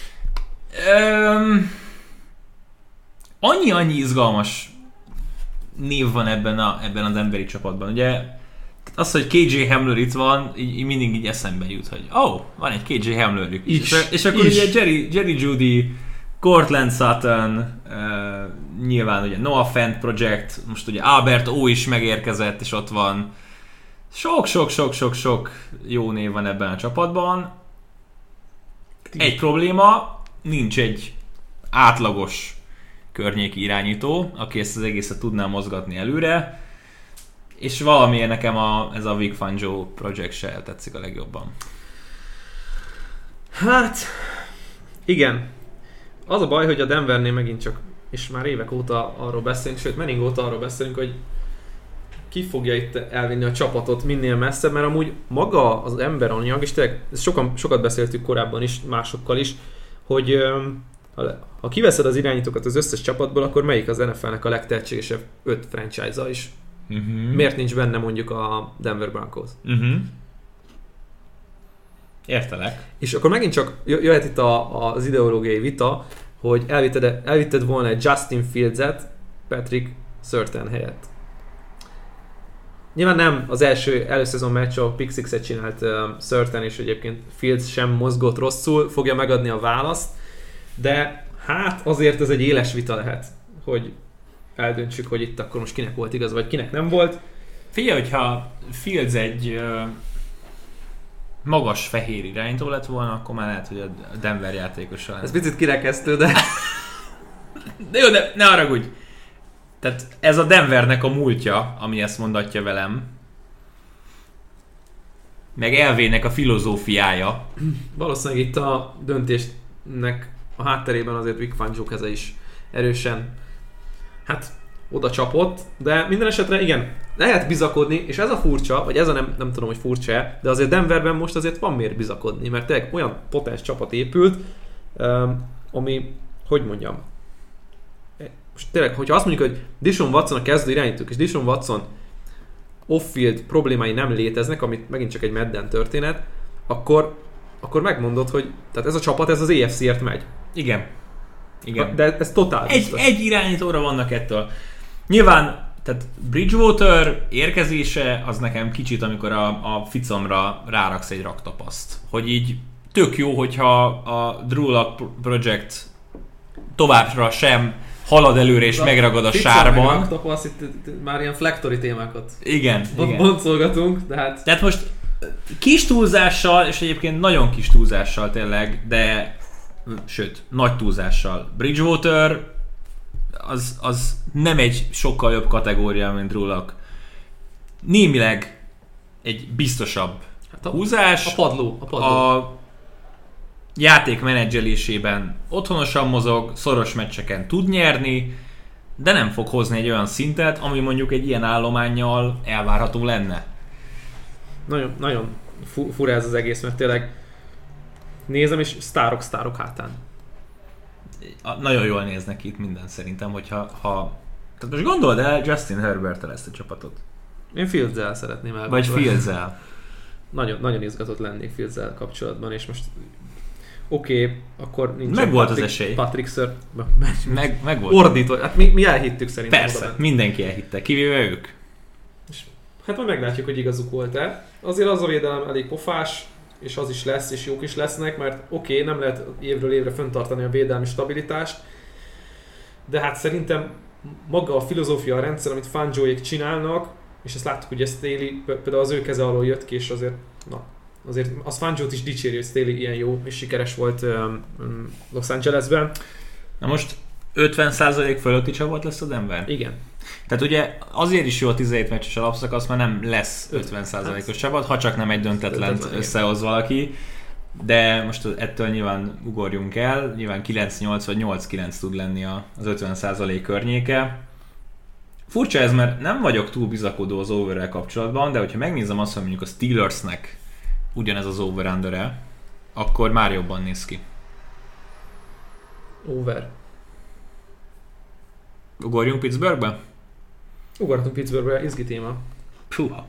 Annyi Izgalmas név van ebben a Denveri csapatban. Ugye az, hogy KJ Hamler itt van, így mindig így eszembe jut, hogy van egy KJ Hamlerük is. És akkor ugye Jerry Jeudy, Cortland Sutton, nyilván ugye Noah Fant Project, most ugye Albert O is megérkezett, és ott van. Sok jó név van ebben a csapatban. Egy probléma, nincs egy átlagos környéki irányító, aki ezt az egészet tudná mozgatni előre, és valamiért nekem ez a Vic Fangio projekt se tetszik a legjobban. Hát, igen. Az a baj, hogy a Denvernél megint csak, és már évek óta arról beszélünk, sőt, mennying óta arról beszélünk, hogy ki fogja itt elvinni a csapatot minél messzebb, mert amúgy maga az emberanyag, és tényleg sokat beszéltük korábban is, másokkal is, hogy ha kiveszed az irányítókat az összes csapatból, akkor melyik az NFL-nek a legtehetségesebb 5 franchise-a is? Miért nincs benne mondjuk a Denver Broncos? Értelek. És akkor megint csak jöhet itt az ideológiai vita, hogy elvitted volna egy Justin Fields-et Patrick Surtain helyett. Nyilván nem az előszezon meccs, a pick six-et csinált Surtain, és egyébként Fields sem mozgott rosszul, fogja megadni a választ, de hát azért ez egy éles vita lehet, hogy eldöntsük, hogy itt akkor most kinek volt igaz, vagy kinek nem volt. Figyelj, hogyha Fields egy magas fehér irányító lett volna, akkor már lehet, hogy a Denver játékosa lenne. Ez picit kirekesztő, de... De jó, de ne haragudj! Tehát ez a Denvernek a múltja, ami ezt mondatja velem. Meg elvének a filozófiája. Valószínűleg itt a döntésnek a hátterében azért Vic Fangio keze is erősen oda csapott, de minden esetre igen, lehet bizakodni, és ez a furcsa, vagy ez a nem tudom, hogy furcsa-e, de azért Denverben most azért van miért bizakodni, mert tényleg olyan potens csapat épült, ami, hogy mondjam, most tényleg, hogyha azt mondjuk, hogy Deshaun Watson a kezdő irányítók, és Deshaun Watson off-field problémái nem léteznek, amit megint csak egy Madden történet, akkor megmondod, hogy tehát ez a csapat, ez az AFC-ért megy. Igen. De ez totál egy irányítóra vannak ettől. Nyilván, tehát Bridgewater érkezése az nekem kicsit, amikor a ficamra ráraksz egy raktapaszt. Hogy így tök jó, hogyha a Drew Lock Project továbbra sem halad előre és megragad a sárban. Raktapasz, itt már ilyen flektori témákat igen. boncolgatunk, de hát... Tehát most kis túlzással, és egyébként nagyon kis túlzással tényleg, de sőt, nagy túlzással. Bridgewater az nem egy sokkal jobb kategória, mint Drew Lock. Némileg egy biztosabb húzás. A padló. A játék menedzselésében otthonosan mozog, szoros meccseken tud nyerni, de nem fog hozni egy olyan szintet, ami mondjuk egy ilyen állománnyal elvárható lenne. Nagyon fura ez az egész, mert tényleg nézem, és sztárok hátán. Nagyon jól néznek itt minden szerintem, hogyha... Tehát most gondold el Justin Herbert-tel ezt a csapatot. Én Fields-el szeretném el. Vagy Fields-el. Nagyon, nagyon izgatott lennék Fields-el kapcsolatban, és most oké, akkor nincs. Meg volt az esély. Patrick Sir. Meg volt. Ordító. Hát mi elhittük szerintem. Persze, mindenki elhitte, kivéve ők. És hát majd meglátjuk, hogy igazuk volt-e. Azért az a védelem elég pofás, és az is lesz, és jók is lesznek, mert oké, nem lehet évről évre fenntartani a védelmi stabilitást, de hát szerintem maga a filozófia, a rendszer, amit Fangioék csinálnak, és ezt láttuk, hogy Staley például az ő keze alól jött ki, és azért az Fangiót is dicséri, hogy Staley ilyen jó és sikeres volt Los Angelesben. Na most 50% fölötti csapat lesz a Denver? Igen. Tehát ugye azért is jó a 17 meccses alapszakasz, mert nem lesz 50%-os csapat, ha csak nem egy döntetlent összehoz valaki. De most ettől nyilván ugorjunk el, nyilván 9-8 vagy 8-9 tud lenni az 50% környéke. Furcsa ez, mert nem vagyok túl bizakodó az overrel kapcsolatban, de hogyha megnézem azt, hogy mondjuk a Steelersnek ugyanez az over-under-e, akkor már jobban néz ki. Over. Ugorjunk Pittsburghbe? Ugorhatunk Pittsburghbe, izgi téma. Puha.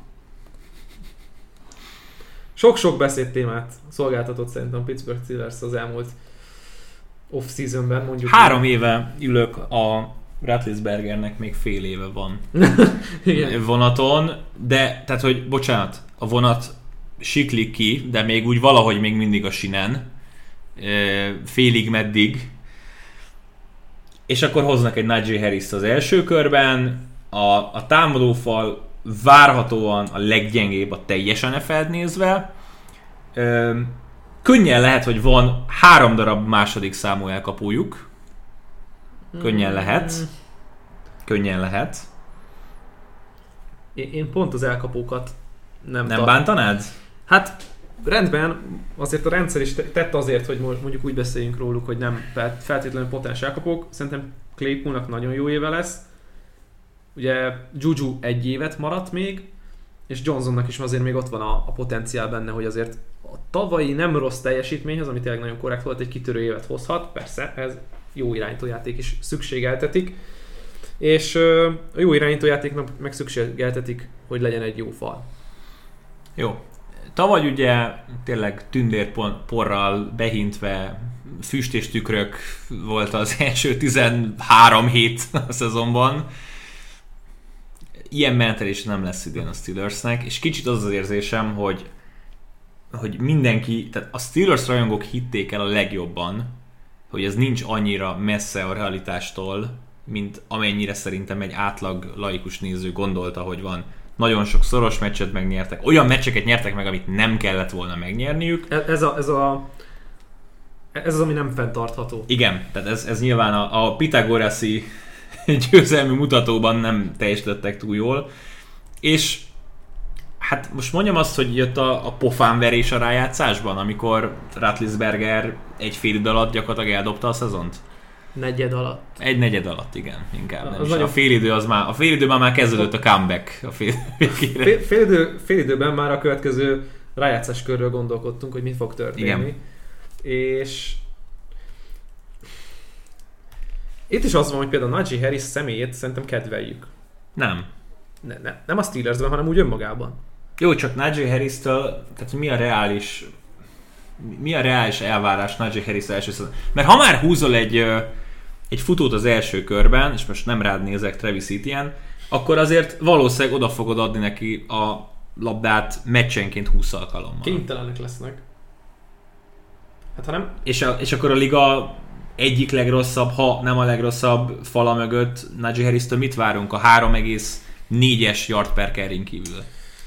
Sok-sok beszédtémát szolgáltatott szerintem Pittsburgh Steelers az elmúlt off-seasonben, mondjuk. 3 éve ülök a Roethlisbergernek még fél éve van vonaton, de tehát, hogy bocsánat, a vonat siklik ki, de még úgy valahogy még mindig a sinen, félig meddig, és akkor hoznak egy Najee Harris-t az első körben, a támadófal várhatóan a leggyengébb a teljes NFL-t nézve. Könnyen lehet, hogy van 3 darab második számú elkapójuk. Könnyen lehet. Könnyen lehet. Én pont az elkapókat nem bántanád? Hát rendben, azért a rendszer is tett azért, hogy mondjuk úgy beszéljünk róluk, hogy nem feltétlenül potens elkapók. Szerintem Claypoolnak nagyon jó éve lesz. Ugye Juju 1 évet maradt még, és Johnsonnak is azért még ott van a potenciál benne, hogy azért a tavalyi nem rossz teljesítményhez, ami tényleg nagyon korrekt volt, egy kitörő évet hozhat. Persze, ez jó irányítójáték is szükségeltetik. És a jó irányítójátéknak meg szükségeltetik, hogy legyen egy jó fal. Jó. Tavaly ugye tényleg tündérporral behintve füst és tükrök volt az első 13 hét a szezonban. Ilyen mentelés nem lesz idén a Steelersnek, és kicsit az érzésem, hogy mindenki, tehát a Steelers rajongók hitték el a legjobban, hogy ez nincs annyira messze a realitástól, mint amennyire szerintem egy átlag laikus néző gondolta, hogy van. Nagyon sok szoros meccset megnyertek, olyan meccseket nyertek meg, amit nem kellett volna megnyerniük. Ez az, ami nem fenntartható. Igen, tehát ez nyilván a Pitagoraszi győzelmi mutatóban nem teljesítettek túl jól. És hát most mondjam azt, hogy jött a pofánverés a rájátszásban, amikor Roethlisberger egy fél idő alatt gyakorlatilag eldobta a szezont? Negyed alatt. Egy negyed alatt, igen, inkább nem is. Nagyon... A fél időben már kezdődött a comeback a fél időben már a következő rájátszás körről gondolkodtunk, hogy mi fog történni. Igen. És itt is az van, hogy például Najee Harris személyét szerintem kedveljük. Nem. Nem a Steelersben, hanem úgy önmagában. Jó, csak Najee Harris-től, tehát mi a reális elvárás Najee Harris első szezon? Mert ha már húzol egy futót az első körben, és most nem rád nézek Travis Etienne, akkor azért valószínűleg oda fogod adni neki a labdát meccsenként 20 alkalommal. Kénytelenek lesznek. Hát ha nem... És akkor a liga egyik legrosszabb, ha nem a legrosszabb fala mögött Najee Harris-től mit várunk a 3,4-es yard per carry-n kívül?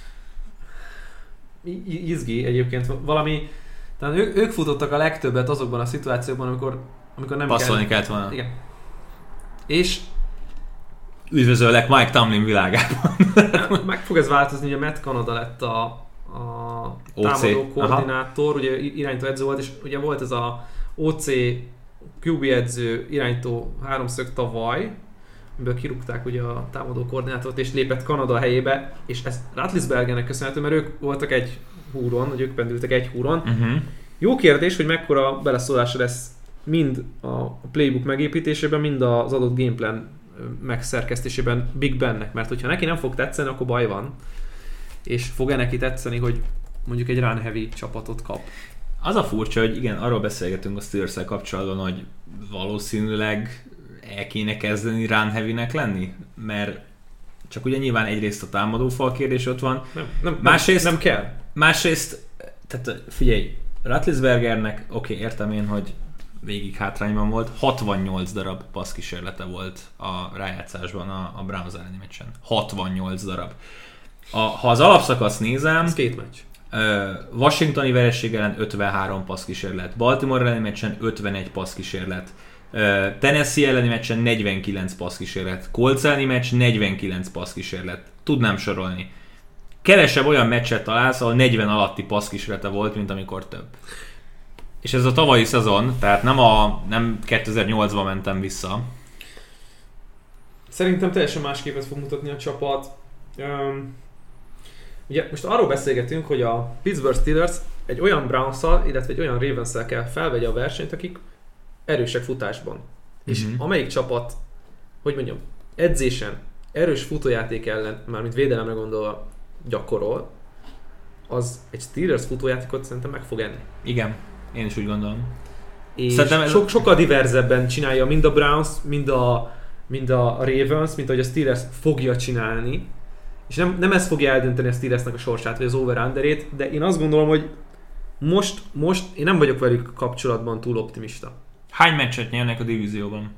Izgi egyébként valami... Tehát ők futottak a legtöbbet azokban a szituációkban, amikor nem passzolni kellett volna. Igen. És üdvözöllek Mike Tomlin világában. Meg fog ez változni, ugye Matt Canada lett a támadó koordinátor, ugye irányító edző volt, és ugye volt ez a OC QB edző irányító háromszög tavaly, amiből kirúgták ugye a támadó koordinátort, és lépett Kanada helyébe, és ez Roethlisbergernek köszönhető, mert ők voltak egy húron, vagy ők pendültek egy húron. Uh-huh. Jó kérdés, hogy mekkora beleszólása lesz mind a playbook megépítésében, mind az adott gameplan megszerkesztésében Big Bennek, mert hogyha neki nem fog tetszeni, akkor baj van. És fog-e neki tetszeni, hogy mondjuk egy run heavy csapatot kap? Az a furcsa, hogy igen, arról beszélgetünk a Steelers-szel kapcsolatban, hogy valószínűleg el kéne kezdeni run heavy-nek lenni, mert csak ugye nyilván egyrészt a támadófal kérdés ott van. Nem kell. Másrészt, tehát figyelj, Roethlisbergernek, oké, értem én, hogy végig hátrányban volt, 68 darab passzkísérlete volt a rájátszásban a Browns elleni meccsen. 68 darab. Ha az alapszakaszt nézem, ez 2 meccs. Washingtoni veresség ellen 53 passzkísérlet, Baltimore elleni meccsen 51 passzkísérlet, Tennessee elleni meccsen 49 passzkísérlet, Colts elleni meccs 49 passzkísérlet. Tudnám sorolni. Kevesebb olyan meccset találsz, ahol 40 alatti passzkísérlete volt, mint amikor több. És ez a tavalyi szezon, tehát nem 2008-ban mentem vissza. Szerintem teljesen más képet fog mutatni a csapat. Ugye most arról beszélgetünk, hogy a Pittsburgh Steelers egy olyan Browns-szal, illetve egy olyan Ravens-szel kell felvegye a versenyt, akik erősek futásban. És amelyik csapat, hogy mondjam, edzésen erős futójáték ellen, mármint védelemre gondolva gyakorol, az egy Steelers futójátékot szerintem meg fog enni. Igen, én is úgy gondolom. És sokkal diverzebben csinálja mind a Browns, mind a Ravens, mint ahogy a Steelers fogja csinálni. És nem ez fogja eldönteni a Steelersnek a sorsát, vagy az over-underét, de én azt gondolom, hogy most én nem vagyok velük kapcsolatban túl optimista. Hány meccset nyernek a divízióban?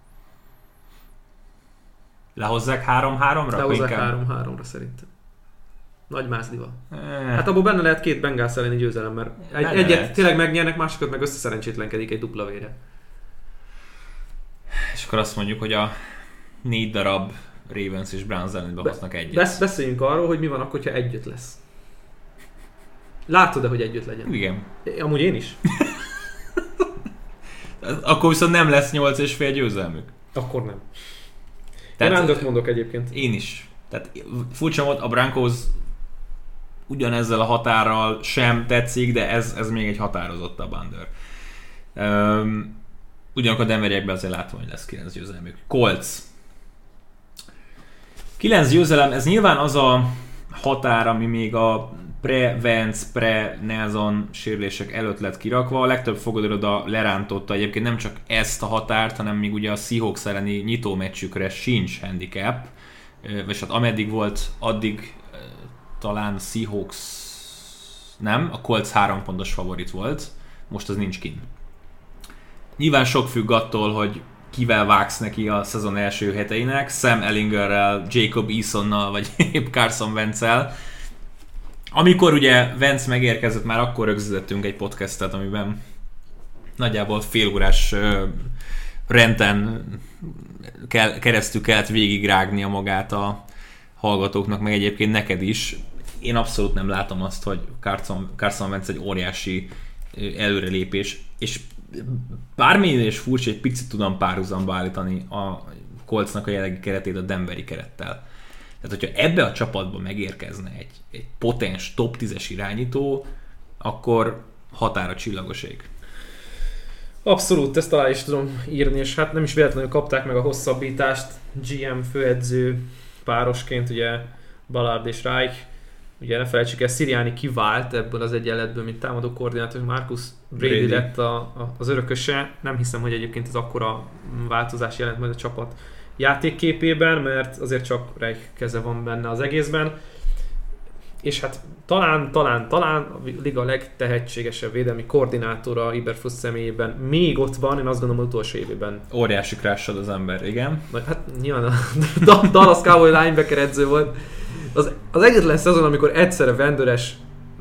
Lehozzák 3-3-ra? Lehozzák 3-3-ra szerintem. Nagy mázlival. Hát abból benne lehet 2 Bengals elleni győzelem, mert egyet tényleg megnyernek, másokat meg összeszerencsétlenkedik egy dupla vére. És akkor azt mondjuk, hogy a 4 darab Ravens és Browns ellenben hoznak egyet. Beszéljünk arról, hogy mi van akkor, hogyha együtt lesz. Látod-e, hogy együtt legyen? Igen. Amúgy én is. Akkor viszont nem lesz 8,5 győzelmük. Akkor nem. Én undert mondok egyébként. Én is. Tehát furcsa volt, a Broncos ugyanezzel a határral sem tetszik, de ez még egy határozottabb under. Ugyanakkor Denveriekben azért látom, hogy lesz 9 győzelmük. Colts. 9 győzelem, ez nyilván az a határ, ami még a pre-Vance, pre-Nelson sérülések előtt lett kirakva. A legtöbb fogadóiroda lerántotta egyébként nem csak ezt a határt, hanem még ugye a Seahawks elleni nyitó meccsükre sincs handicap. Vagy hát ameddig volt, addig talán Seahawks nem, a Colts 3 pontos favorit volt, most az nincs kint. Nyilván sok függ attól, hogy kivel vágsz neki a szezon első heteinek, Sam Ellingerrel, Jacob Easonnal, vagy épp Carson Wentz-el. Amikor ugye Wentz megérkezett, már akkor rögzítettünk egy podcastet, amiben nagyjából félórás renden keresztül kellett végigrágnia magát a hallgatóknak, meg egyébként neked is. Én abszolút nem látom azt, hogy Carson Wentz egy óriási előrelépés, és bármilyen is furcsa, egy picit tudom párhuzamba állítani a Coltsnak a jelenlegi keretét a Denveri kerettel. Tehát, hogyha ebbe a csapatba megérkezne egy potens top 10-es irányító, akkor határa csillagos ég. Abszolút, ezt alá is tudom írni, és hát nem is véletlenül kapták meg a hosszabbítást GM főedző párosként, ugye Ballard és Reich. Ugye ne felejtsük el, Sirianni kivált ebből az egyenletből, mint támadó koordinátor, Marcus Brady lett az örököse. Nem hiszem, hogy egyébként ez akkora változás jelent majd a csapat játékképében, mert azért csak Reich keze van benne az egészben. És hát talán a liga legtehetségesebb védelmi koordinátora Eberflus személyében még ott van, én azt gondolom utolsó évében. Óriási crash az ember, igen. Hát nyilván a Dallas Cowboy linebacker edző volt. Az egyetlen szezon, amikor egyszerre vendőres?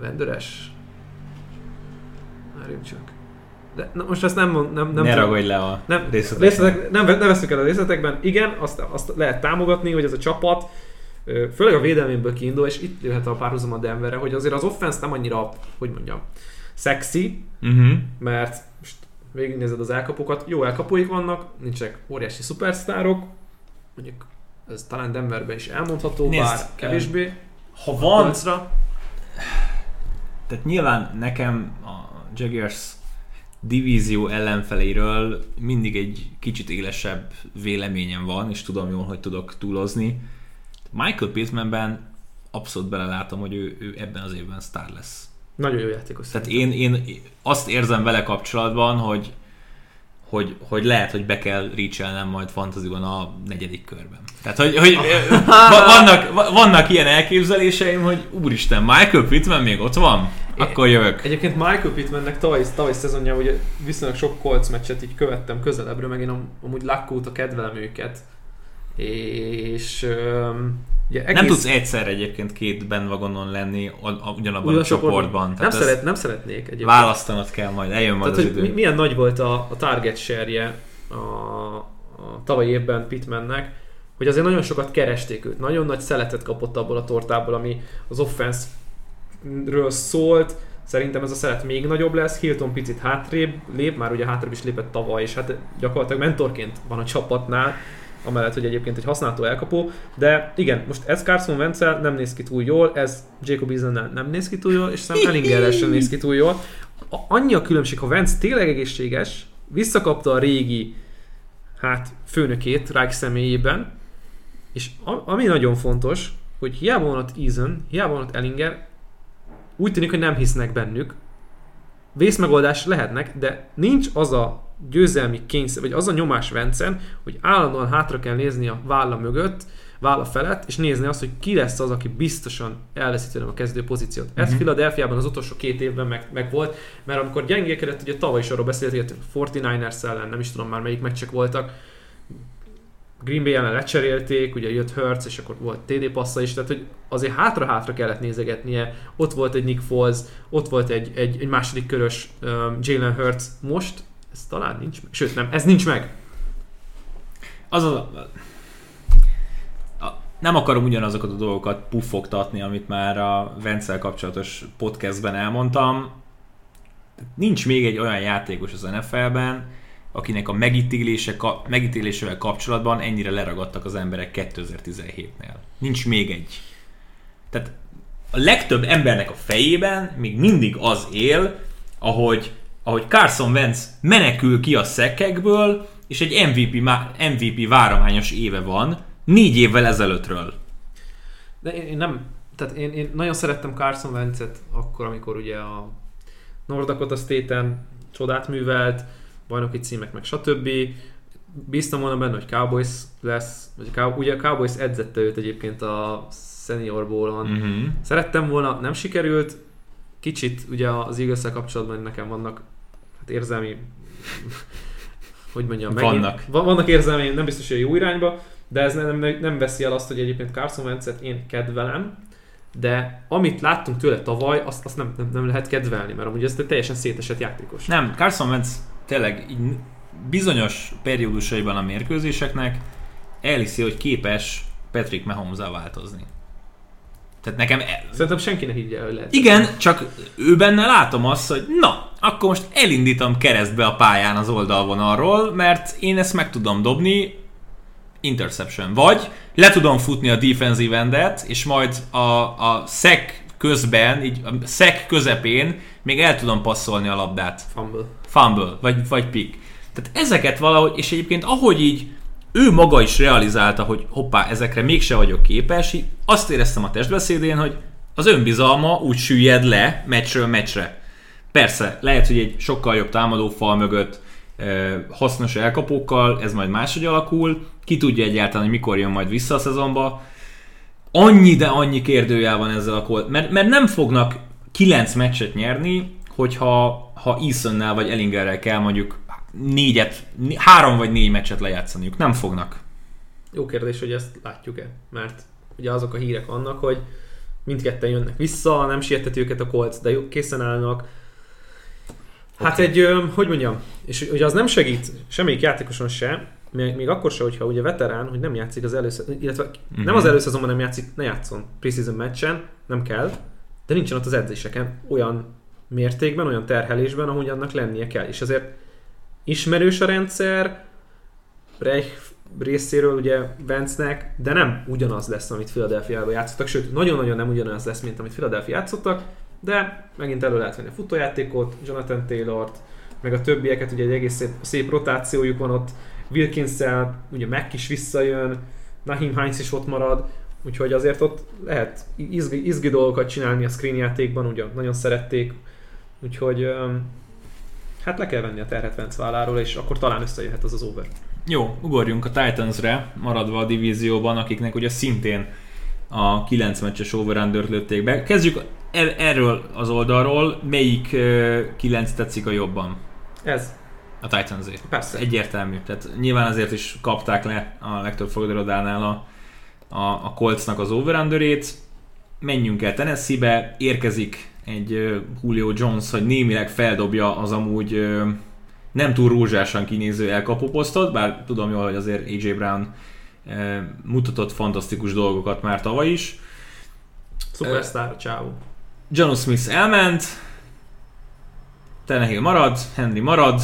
Várjunk csak. De most ezt nem ne ragadj le a részletekben. Nem veszünk el a részletekben. Igen, azt lehet támogatni, hogy ez a csapat főleg a védelméből kiindul, és itt jöhet a párhuzam a Denverre, hogy azért az offense nem annyira, hogy mondjam, szexi, mert most végignézed az elkapókat, jó elkapóik vannak, nincsenek óriási szupersztárok, mondjuk ez talán Denverben is elmondható, bár kevésbé. Ha van, tehát nyilván nekem a Jaguars divízió ellenfeleiről mindig egy kicsit élesebb véleményem van, és tudom jól, hogy tudok túlozni. Michael Pittmanben abszolút belelátom, hogy ő ebben az évben sztár lesz. Nagyon jó játékos. Tehát én azt érzem vele kapcsolatban, hogy lehet, hogy be kell reachelnem majd fantasyban a 4. körben. Tehát, hogy vannak ilyen elképzeléseim, hogy úristen, Michael Pittman még ott van? Akkor jövök. Egyébként Michael Pittmannek tavaly szezonja, ugye viszonylag sok Colts meccset így követtem közelebbről, meg én amúgy Luck óta kedvelem őket. És ugye nem tudsz egyszer egyébként 2 bandwagonon lenni ugyanabban a csoportban. Nem szeretnék egyébként. Választanod kell majd, eljön majd tehát, az idő. Milyen nagy volt a target share-je a tavalyi évben Pittmannek, hogy azért nagyon sokat keresték őt. Nagyon nagy szeletet kapott abból a tortából, ami az offense-ről szólt. Szerintem ez a szelet még nagyobb lesz. Hilton picit hátrébb lép, már ugye hátrébb is lépett tavaly, és hát gyakorlatilag mentorként van a csapatnál, amellett, hogy egyébként egy használható elkapó, de igen, most ez Carson Wentz-el nem néz ki túl jól, ez Jacob Eason-nel nem néz ki túl jól, és Sam Ellingerrel sem néz ki túl jól. Annyi a különbség, ha Wentz tényleg egészséges, visszakapta a régi főnökét Reich személyében, és ami nagyon fontos, hogy hiába van ott Eason, hiába van ott Ellinger, úgy tűnik, hogy nem hisznek bennük. Vészmegoldás lehetnek, de nincs az a győzelmi kényszer, vagy az a nyomás Wentzen, hogy állandóan hátra kell nézni a válla felett, és nézni azt, hogy ki lesz az, aki biztosan elveszíti a kezdő pozíciót. Ez Philadelphiában az utolsó 2 évben meg volt, mert amikor gyengélkedett, ugye tavaly is arról beszéltünk, hogy 49ers ellen, nem is tudom már melyik meccsek voltak, Green Bay ellen lecserélték, ugye jött Hurts, és akkor volt TD passza is, tehát hogy azért hátra-hátra kellett nézegetnie, ott volt egy Nick Foles, ott volt egy második körös Jalen Hurts, most ez talán nincs meg. Sőt nem, ez nincs meg. Nem akarom ugyanazokat a dolgokat puffogtatni, amit már a Wentzel kapcsolatos podcastben elmondtam. Nincs még egy olyan játékos az NFL-ben, akinek a megítélésével kapcsolatban ennyire leragadtak az emberek 2017-nél. Nincs még egy. Tehát a legtöbb embernek a fejében még mindig az él, ahogy Carson Wentz menekül ki a szekkekből, és egy MVP várományos éve van 4 évvel ezelőttről. De én nagyon szerettem Carson Wentzet akkor, amikor ugye a North Dakota State-en csodát művelt, bajnoki címek, meg stb. Bíztam volna benne, hogy Cowboys lesz, ugye a Cowboys edzette őt egyébként a Senior Bowl-on. Szerettem volna, nem sikerült, kicsit ugye az Eagles-szel kapcsolatban nekem vannak érzelmi, hogy mondjam, vannak érzelmi, nem biztos, hogy jó irányba, de ez nem veszi el azt, hogy egyébként Carson Wentzet én kedvelem, de amit láttunk tőle tavaly, azt nem lehet kedvelni, mert amúgy ez egy teljesen szétesett játékos. Nem, Carson Wentz tényleg bizonyos periódusaiban a mérkőzéseknek elhiszi, hogy képes Patrick Mahomes-al változni. Tehát nekem... Szerintem senki ne higgye, hogy lehet. Igen, csak ő benne látom azt, hogy na, akkor most elindítom keresztbe a pályán az oldalvonalról, mert én ezt meg tudom dobni, interception. Vagy le tudom futni a defensive endet, és majd a sack közben, így a sack közepén még el tudom passzolni a labdát. Fumble, vagy pick. Tehát ezeket valahogy, és egyébként ahogy így ő maga is realizálta, hogy hoppá, ezekre mégse vagyok képes, azt éreztem a testbeszédén, hogy az önbizalma úgy süllyed le meccsről meccsre. Persze, lehet, hogy egy sokkal jobb támadófal mögött hasznos elkapókkal, ez majd máshogy alakul, ki tudja egyáltalán, hogy mikor jön majd vissza a szezonba. Annyi kérdőjel van ezzel a Colt, mert nem fognak 9 meccset nyerni, hogyha Easonnel vagy Ellingerrel kell mondjuk 3 vagy 4 meccset lejátszaniuk. Nem fognak. Jó kérdés, hogy ezt látjuk-e, mert ugye azok a hírek vannak, hogy mindketten jönnek vissza, nem sieteti őket a Colts, de készen állnak. Hát hogy mondjam, és ugye az nem segít semmelyik játékoson se, még akkor se, hogyha ugye veterán, hogy nem játszik az előszezonban, illetve nem az előszezonban nem játszik, ne játszon preseason meccsen, nem kell, de nincsen ott az edzéseken olyan mértékben, olyan terhelésben, ahogy annak lennie kell. És azért ismerős a rendszer, Reich részéről ugye Wentznek, de nem ugyanaz lesz, amit Philadelphiában játszottak, sőt, nagyon-nagyon nem ugyanaz lesz, mint amit Philadelphia játszottak, de megint elő lehet venni a futójátékot, Jonathan Taylort, meg a többieket, ugye egy egész szép rotációjuk van ott, Wilkins-szel, ugye Mack is visszajön, Naheem Hines is ott marad, úgyhogy azért ott lehet izgi dolgokat csinálni a screen játékban, ugye nagyon szerették, úgyhogy hát le kell venni a terhet Wentz válláról, és akkor talán összejöhet az over. Jó, ugorjunk a Titansre, maradva a divízióban, akiknek ugye szintén a 9 meccses over-undert lőtték be. Kezdjük erről az oldalról, melyik 9 tetszik a jobban? Ez. A Titansé. Persze. Egyértelmű. Tehát nyilván azért is kapták le a legtöbb fogadóirodánál a Coltsnak az over-underét. Menjünk el Tennessee-be, érkezik egy Julio Jones, hogy némileg feldobja az amúgy nem túl rózsásan kinéző elkapóposztot, bár tudom jól, hogy azért AJ Brown mutatott fantasztikus dolgokat már tavaly is. Superstar csávó. Jonnu Smith elment, Tannehill marad, Henry marad,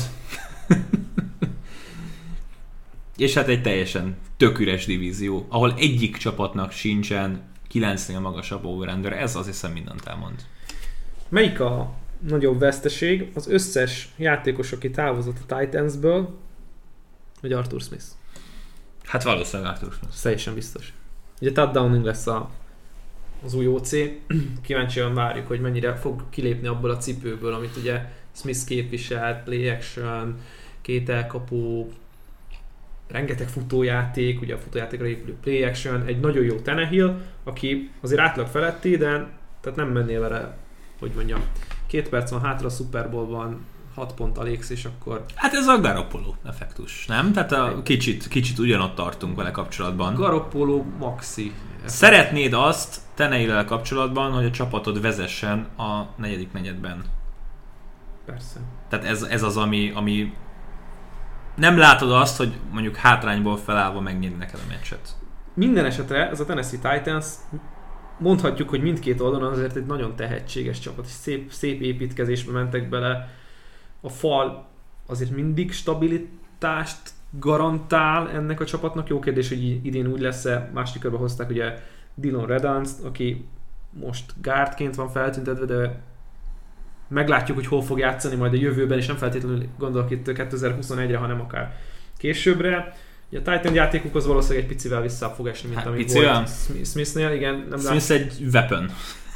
és hát egy teljesen tök üres divízió, ahol egyik csapatnak sincsen 9-nél magasabb over-under, ez azt hiszem mindent elmond. Melyik a nagyobb veszteség? Az összes játékos, aki távozott a Titansből, vagy Arthur Smith? Hát valószínűleg Arthur Smith. Teljesen biztos. Ugye Todd Downing lesz az új OC. Kíváncsian várjuk, hogy mennyire fog kilépni abból a cipőből, amit ugye Smith képviselt, play action, 2 elkapó, rengeteg futójáték, ugye a futójátékra épülő play action, egy nagyon jó Tannehill, aki azért átlag feletti, de tehát nem mennél vele, hogy mondjam, 2 perc van hátra a Super Bowlban, 6 pont aléksz, és akkor... Hát ez a Garoppolo effektus, nem? Tehát kicsit ugyanott tartunk vele kapcsolatban. Garoppolo maxi. Szeretnéd azt Tannehill-el kapcsolatban, hogy a csapatod vezessen a negyedik negyedben. Persze. Tehát ez az, ami nem látod azt, hogy mondjuk hátrányból felállva megnyerni neked a meccset. Minden esetre ez a Tennessee Titans, mondhatjuk, hogy mindkét oldalon azért egy nagyon tehetséges csapat, és szép építkezésbe mentek bele. A fal azért mindig stabilitást garantál ennek a csapatnak. Jó kérdés, hogy idén úgy lesz-e. Második körbe hozták ugye Dylan Redance, aki most guardként van feltüntetve, de meglátjuk, hogy hol fog játszani majd a jövőben, és nem feltétlenül gondolok itt 2021-re, hanem akár későbbre. Ugye a Titan játékuk az valószínűleg egy picivel vissza fog esni, mint ami volt Smithnél. Igen, nem Smith egy weapon.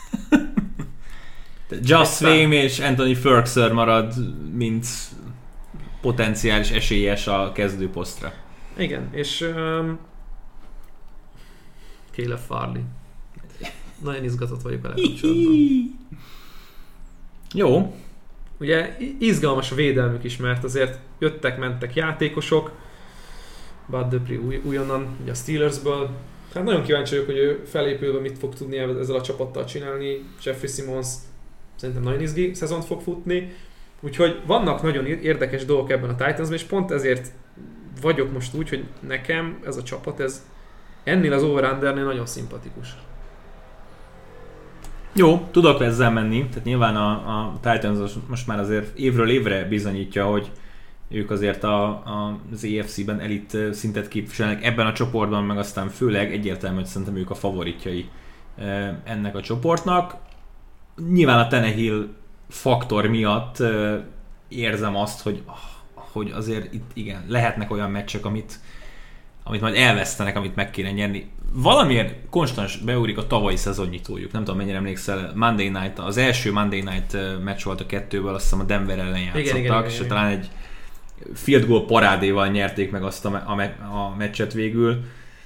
Josh Swaim és Anthony Ferguson marad, mint potenciális esélyes a kezdőposztra. Igen, és Caleb Farley. Nagyon izgatott vagyok vele kapcsolatban. Jó. Ugye izgalmas a védelmük is, mert azért jöttek-mentek játékosok. Bud Dupree újonnan, ugye a Steelersből. Hát nagyon kíváncsi vagyok, hogy ő felépülve mit fog tudni ezzel a csapattal csinálni. Jeffrey Simmons szerintem nagyon izgi szezont fog futni. Úgyhogy vannak nagyon érdekes dolgok ebben a Titansban, és pont ezért vagyok most úgy, hogy nekem ez a csapat, ez ennél az over-undernél nagyon szimpatikus. Jó, tudok ezzel menni, tehát nyilván a Titans most már azért évről évre bizonyítja, hogy ők azért az AFC-ben elit szintet képviselnek ebben a csoportban, meg aztán főleg egyértelmű, hogy szerintem ők a favoritjai ennek a csoportnak. Nyilván a Tannehill faktor miatt érzem azt, hogy azért itt igen, lehetnek olyan meccsek, amit majd elvesztenek, amit meg kéne nyerni. Valamiért konstans beugrik a tavalyi szezonnyitójuk. Nem tudom, mennyire emlékszel, Monday Night, az első Monday Night meccs volt a 2-ből, azt hiszem a Denver ellen játszottak, igen, és talán egy field goal parádéval nyerték meg azt a meccset végül.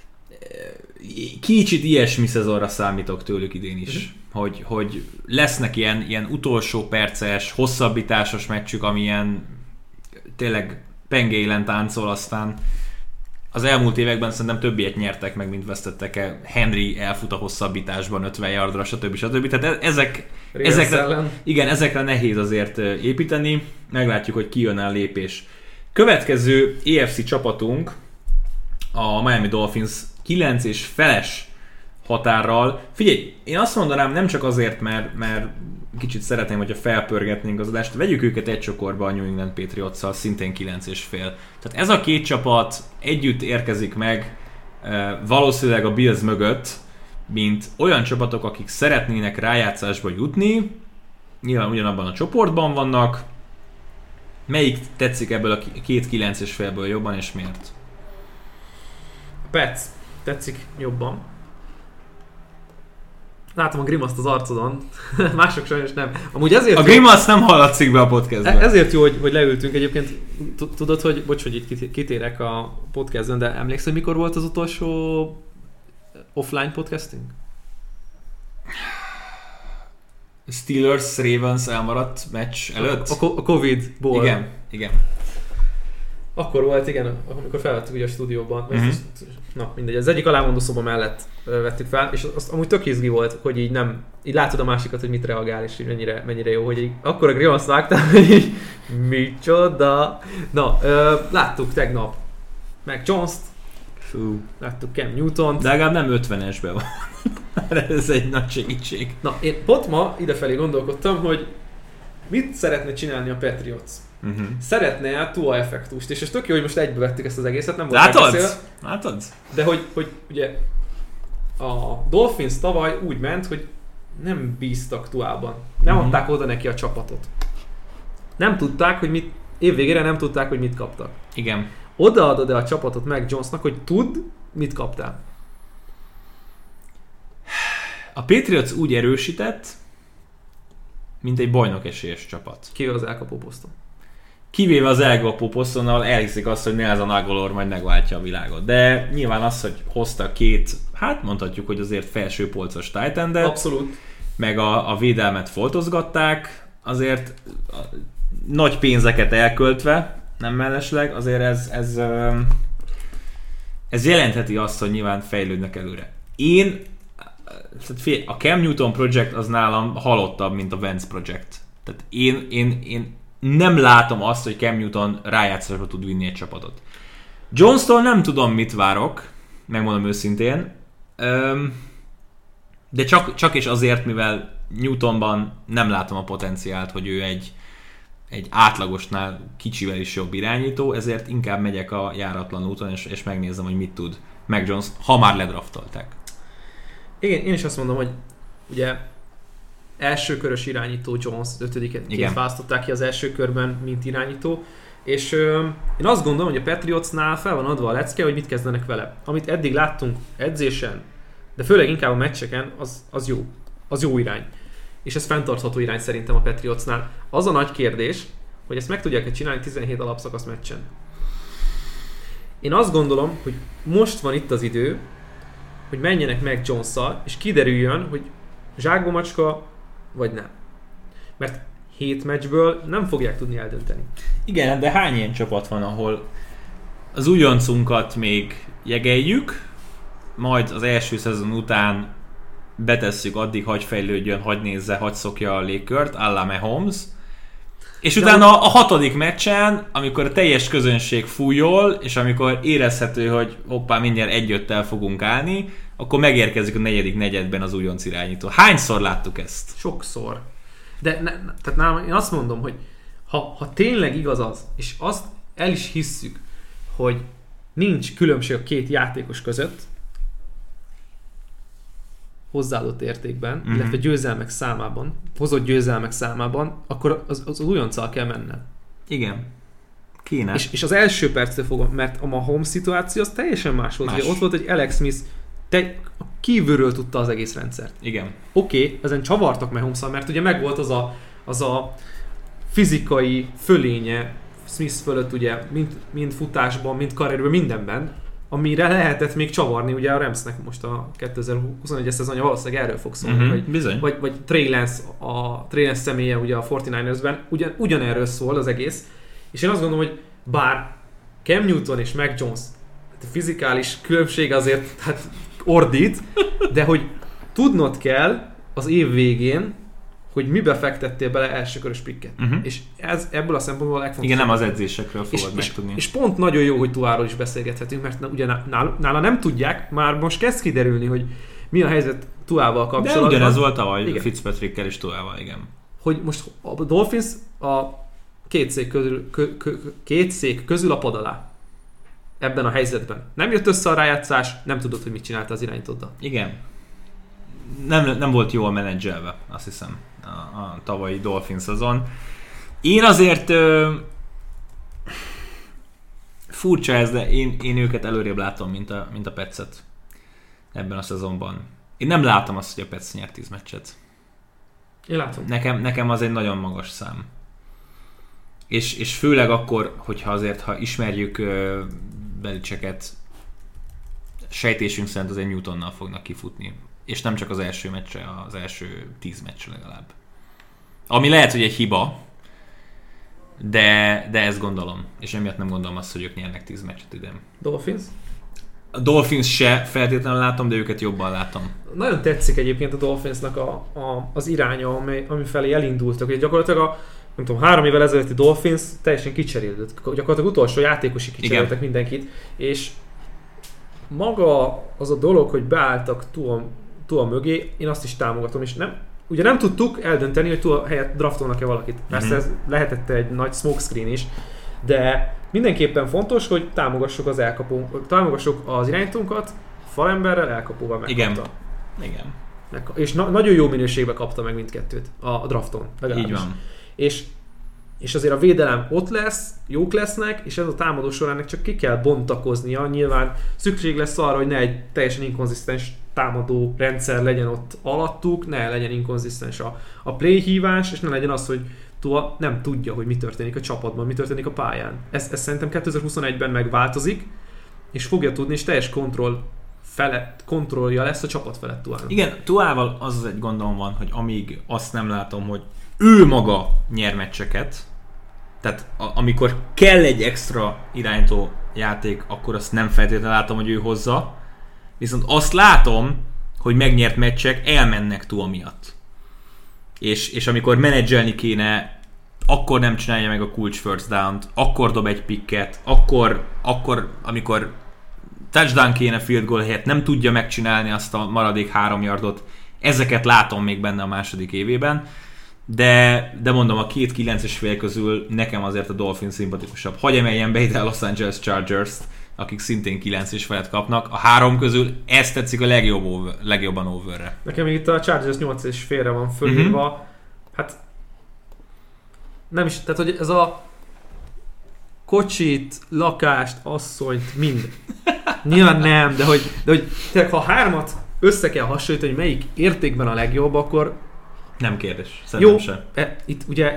Kicsit ilyesmi szezonra számítok tőlük idén is, hogy lesznek ilyen utolsó perces, hosszabbításos meccsük, amilyen tényleg pengélen táncol, aztán az elmúlt években szerintem többiet nyertek meg, mint vesztettek el. Henry elfut a hosszabbításban 50 yardra, stb. Tehát ezekre nehéz azért építeni. Meglátjuk, hogy ki jön el lépés. Következő AFC csapatunk a Miami Dolphins 9 és feles határral. Figyelj, én azt mondanám, nem csak azért, mert kicsit szeretném, hogyha felpörgetnénk az adást, vegyük őket egy csokorba a New England Patriots-szal, szintén 9,5. Tehát ez a két csapat együtt érkezik meg valószínűleg a Bills mögött, mint olyan csapatok, akik szeretnének rájátszásba jutni, nyilván ugyanabban a csoportban vannak, Melyik tetszik ebből a 2-9,5-ből jobban, és miért? Pets tetszik jobban. Látom a grimaszt az arcodon, mások sajnos nem. Amúgy ezért a grimasz nem hallatszik be a podcastben. Ezért jó, hogy leültünk egyébként. Tudod, hogy bocs, hogy itt kitérek a podcastben, de emlékszel, hogy mikor volt az utolsó offline podcasting? Steelers-Ravens elmaradt meccs előtt? A Covid-ból. Igen. Akkor volt, igen, amikor felvettük ugye a stúdióban. Na, mindegy, az egyik alámondó szoba mellett vettük fel, és azt amúgy tök izgi volt, hogy így nem, így látod a másikat, hogy mit reagál, és így mennyire jó, hogy így akkor a grimaszt vágtál, hogy így micsoda. Na, láttuk tegnap meg Jones-t, láttuk Cam Newtont. De legalább nem 50-esben van. Ez egy nagy segítség. Na, én pont ma idefelé gondolkodtam, hogy mit szeretne csinálni a Patriots. Szeretne a Tua effektust, és ez tök jó, hogy most egybevettük ezt az egészet, nem volt megbeszélve. Látod? De hogy ugye a Dolphins tavaly úgy ment, hogy nem bíztak Tuában. Nem adták oda neki a csapatot. Nem tudták, hogy mit, évvégére nem tudták, hogy mit kaptak. Igen. Odaadod-e a csapatot meg Jonesnak, hogy tudd, mit kaptál? A Patriots úgy erősített, mint egy bajnok esélyes csapat. Kivéve az elkapó poszton. Kivéve az elkapó posztonnal elhiszik azt, hogy Nelson Agholor majd megváltja a világot. De nyilván az, hogy hoztak két, hát mondhatjuk, hogy azért felső polcos tight endet. Abszolút. Meg a védelmet foltozgatták, azért nagy pénzeket elköltve, nem mellesleg, azért ez jelentheti azt, hogy nyilván fejlődnek előre. A Cam Newton Project az nálam halottabb, mint a Wentz Project. Tehát én nem látom azt, hogy Cam Newton rájátszásba tud vinni egy csapatot. Jones-tól nem tudom, mit várok, megmondom őszintén, de csak és azért, mivel Newtonban nem látom a potenciált, hogy ő egy átlagosnál kicsivel is jobb irányító, ezért inkább megyek a járatlan úton, és megnézem, hogy mit tud Mac Jones, ha már ledraftolták. Igen, én is azt mondom, hogy ugye elsőkörös irányító Jones, 5-ként választották ki az első körben, mint irányító, és én azt gondolom, hogy a Patriotsnál fel van adva a lecke, hogy mit kezdenek vele. Amit eddig láttunk edzésen, de főleg inkább a meccseken, az jó. Az jó irány. És ez fenntartható irány szerintem a Patriotsnál. Az a nagy kérdés, hogy ezt meg tudják csinálni 17 alapszakasz meccsen. Én azt gondolom, hogy most van itt az idő, hogy menjenek meg Jones-szal, és kiderüljön, hogy zsákba macska, vagy nem. Mert 7 meccsből nem fogják tudni eldönteni. Igen, de hány ilyen csapat van, ahol az újoncunkat még jegeljük, majd az első szezon után betesszük, addig hagy fejlődjön, hagy nézze, hagy szokja a légkört, à la Mahomes, és utána a 6. meccsen, amikor a teljes közönség fújol, és amikor érezhető, hogy hoppá, mindjárt 1-5-tel fogunk állni, akkor megérkezik a 4. negyedben az újonc irányító. Hányszor láttuk ezt? Sokszor. De tehát nálam én azt mondom, hogy ha tényleg igaz az, és azt el is hisszük, hogy nincs különbség a két játékos között, hozzáadott értékben, illetve győzelmek számában, hozott győzelmek számában, akkor az újonccal kell menned. Igen. Kéne. És az első perctől fogom, mert a Mahomes szituáció az teljesen más volt. Ugye ott volt egy Alex Smith, kívülről tudta az egész rendszert. Igen. Oké, ezen csavartak Mahomes-szal, mert ugye megvolt az a fizikai fölénye Smith fölött, ugye, mind futásban, mind karrierben, mindenben, amire lehetett még csavarni ugye a Ramsnek most a 2021-es szezonja valószínűleg erről fog szólni, vagy Trey Lance személye ugye a 49ersben ugyanerről szól az egész, és én azt gondolom, hogy bár Cam Newton és Mac Jones a fizikális különbség azért hát ordít, de hogy tudnod kell az év végén, hogy mibe fektettél bele elsőkörös pikket. És ez ebből a szempontból a legfontosabb. Igen, nem az edzésekről fogod megtudni. És pont nagyon jó, hogy Tuáról is beszélgethetünk, mert ugye nála nem tudják, már most kezd kiderülni, hogy mi a helyzet Tuával kapcsolatban. De ugyanez volt tavaly Fitzpatrickkel és Tuával, igen. Hogy most a Dolphins a két szék közül a pad alá. Ebben a helyzetben. Nem jött össze a rájátszás, nem tudod, hogy mit csinálta az irányítóddal. Igen. Nem volt jól menedzselve, azt hiszem, a tavalyi Dolphins szezon. Én azért furcsa ez, de én őket előrébb látom, mint a Petset ebben a szezonban. Én nem látom azt, hogy a Pets nyert 10 meccset. Én látom. Nekem az egy nagyon magas szám. És főleg akkor, ha ismerjük Belichicket, sejtésünk szerint azért Newtonnal fognak kifutni. És nem csak az első meccse, az első 10 meccs legalább. Ami lehet, hogy egy hiba, de ezt gondolom. És emiatt nem gondolom azt, hogy ők nyernek 10 meccset idén. Dolphins? A Dolphins se feltétlenül látom, de őket jobban látom. Nagyon tetszik egyébként a Dolphinsnak az iránya, ami felé elindultak. Ugye gyakorlatilag nem tudom, 3 évvel ezelőtti Dolphins teljesen kicserélődött. Gyakorlatilag utolsó játékosig kicseréltek mindenkit. És maga az a dolog, hogy beálltak Tua mögé, én azt is támogatom. És ugye nem tudtuk eldönteni, hogy Tua helyett draftolnak-e valakit. Persze ez lehetett egy nagy smokescreen is, de mindenképpen fontos, hogy támogassuk az irányítónkat, falemberrel, elkapóval megkapta. Igen. És nagyon jó minőségben kapta meg mindkettőt a drafton. Legalábbis. Így van. És azért a védelem ott lesz, jók lesznek, és ez a támadó során csak ki kell bontakoznia. Nyilván szükség lesz arra, hogy ne egy teljesen inkonzisztens támadó rendszer legyen ott alattuk, ne legyen inkonzisztens a play hívás, és ne legyen az, hogy Tua nem tudja, hogy mi történik a csapatban, mi történik a pályán. Ez szerintem 2021-ben megváltozik, és fogja tudni, és teljes kontrollja lesz a csapat felett Tuának. Igen, Tuával az egy gondom van, hogy amíg azt nem látom, hogy ő maga nyer meccseket, tehát amikor kell egy extra irányító játék, akkor azt nem feltétlenül látom, hogy ő hozza, viszont azt látom, hogy megnyert meccsek elmennek Tua miatt. És amikor menedzselni kéne, akkor nem csinálja meg a kulcs first down-t, akkor dob egy picket, akkor amikor touchdown kéne field goal helyett, nem tudja megcsinálni azt a maradék 3 yardot. Ezeket látom még benne a második évében, de mondom, a 2 9-es fél közül nekem azért a Dolphins szimpatikusabb. Hagy emeljen be ide a Los Angeles Chargers-t, akik szintén 9 és felett kapnak. A 3 közül ez tetszik a legjobban overre. Nekem itt a Chargers 8 és félre van fölírva. Hát nem is, tehát hogy ez a kocsit, lakást, asszonyt, mind. Nyilván nem, de hogy tényleg, ha 3-at össze kell hasonlítani, hogy melyik értékben a legjobb, akkor nem kérdés, szerintem jó, sem. Itt ugye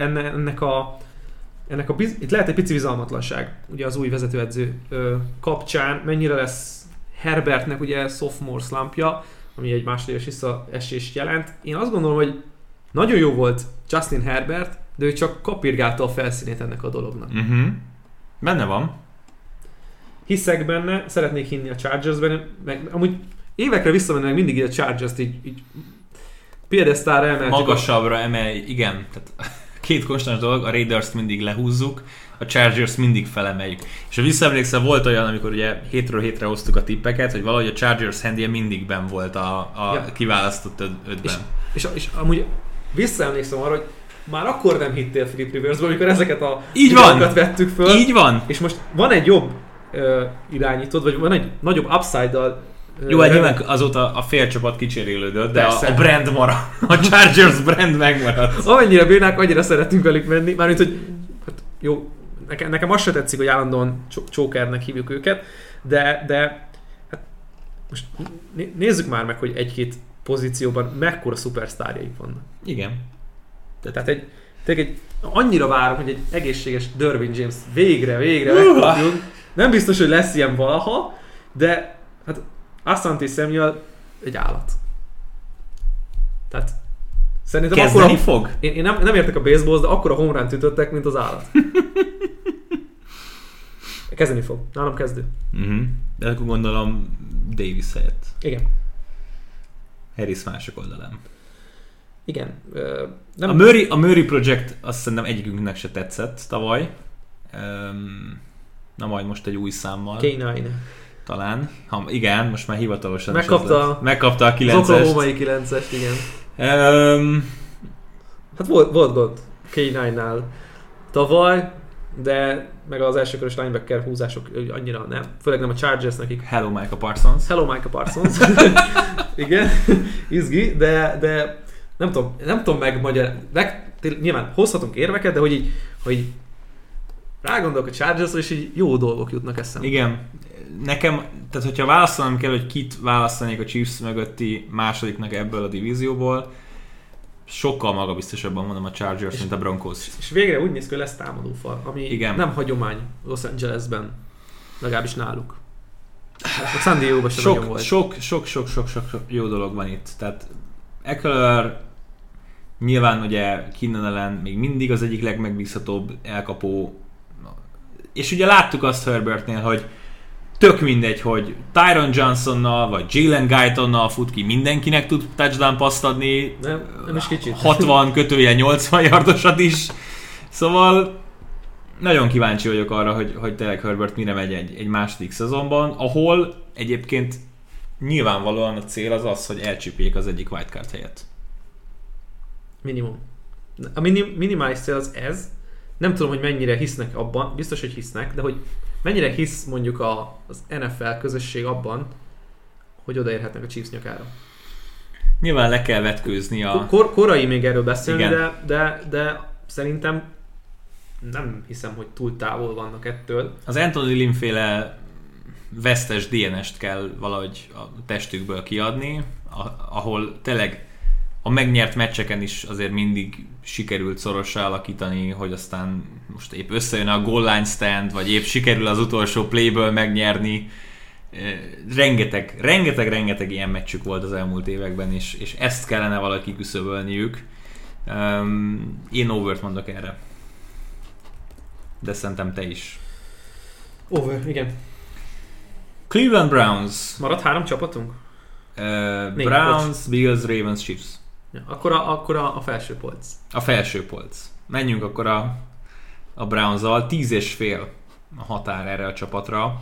itt lehet egy pici bizalmatlanság, ugye az új vezetőedző kapcsán, mennyire lesz Herbertnek ugye sophomore slumpja, ami egy másodéves visszaesést jelent. Én azt gondolom, hogy nagyon jó volt Justin Herbert, de ő csak kapirgálta a felszínét ennek a dolognak. Benne van. Hiszek benne, szeretnék hinni a Chargersben, meg amúgy évekre visszamenőleg mindig a Chargers-t így piedesztára emeltük. Magasabbra igen. Tehát 2 konstans dolog, a Raiders-t mindig lehúzzuk, a Chargers mindig felemeljük. És ha visszaemlékszel, volt olyan, amikor ugye hétről hétre hoztuk a tippeket, hogy valahogy a Chargers handje mindig benn volt a kiválasztott 5-ben. És amúgy visszaemlékszem arra, hogy már akkor nem hittél Philip Riversből, amikor ezeket a videókat vettük föl. Így van. És most van egy jobb irányítód, vagy van egy nagyobb upside-dal. Jó, nyilván azóta a fél csapat kicserélődött, de a brand marad. A Chargers brand megmaradt. Amennyire bírnák, annyira szeretünk velük menni. Mármint, hogy hát jó, nekem azt se tetszik, hogy állandóan chokernek hívjuk őket, de hát most nézzük már meg, hogy egy-két pozícióban mekkora szupersztárjaik vannak. Igen. Tehát annyira várom, hogy egy egészséges Derwin James végre megkapjuk. Nem biztos, hogy lesz ilyen valaha, de hát Asante Samuel egy állat. Tehát szerintem kezdeni fog? Én nem értek a baseballhoz, de akkora home run-t ütöttek, mint az állat. Kezdeni fog. Nálam kezdő. De akkor gondolom Davis helyett. Igen. Harris mások oldalán. Igen. A Murray Project azt szerintem egyikünknek se tetszett tavaly. Na majd most egy új számmal. K9. Talán. Igen, most már hivatalosan megkapta a 9-est. Az oklahomai 9-est, igen. Hát volt gond K9-nál tavaly, de meg az elsőkörös linebacker húzások annyira nem. Főleg nem a Chargers nekik. Hello Micah Parsons. Igen, izgi, de nem tudom megmagyarázni. Nyilván hozhatunk érveket, de hogy Rágondolok a Chargersra, és így jó dolgok jutnak eszembe. Igen. Nekem, tehát hogyha választanom kell, hogy kit választanék a Chiefs mögötti másodiknak ebből a divízióból, sokkal magabiztosabban mondom a Chargers, mint a Broncos. És végre úgy néz ki, hogy lesz támadófal, ami nem hagyomány Los Angelesben, legalábbis náluk. A San Diego-ban sem nagyon volt. Sok jó dolog van itt. Tehát Eckler nyilván ugye Keenan Allen még mindig az egyik legmegbízhatóbb elkapó. És ugye láttuk azt Herbertnél, hogy tök mindegy, hogy Tyron Johnsonnal vagy Jalen Guytonnal fut ki, mindenkinek tud touchdown paszt adni. Nem is kicsit. 60-80 yardosat is. Szóval nagyon kíváncsi vagyok arra, hogy tényleg Herbert mire megy egy második szezonban, ahol egyébként nyilvánvalóan a cél az, hogy elcsípjék az egyik wildcard helyet. Minimum. A minimális cél az ez. Nem tudom, hogy mennyire hisznek abban, biztos, hogy hisznek, de hogy mennyire hisz mondjuk az NFL közösség abban, hogy odaérhetnek a Chiefs nyakára. Nyilván le kell vetkőzni a... Korai még erről beszélni, de szerintem nem hiszem, hogy túl távol vannak ettől. Az Anthony Lynn-féle vesztes DNS-t kell valahogy a testükből kiadni, ahol tényleg a megnyert meccseken is azért mindig sikerült szorossá alakítani, hogy aztán most épp összejön a goal line stand, vagy épp sikerül az utolsó playből megnyerni. Rengeteg ilyen meccsük volt az elmúlt években is, és ezt kellene valahogy kiküszöbölniük. Én overt mondok erre. De szerintem te is. Over, igen. Cleveland Browns. Maradt 3 csapatunk? Browns, Bills, Ravens, Chiefs. Ja, akkor a felső polc. A felső polc. Menjünk akkor a Browns-zal. 10,5 a határ erre a csapatra.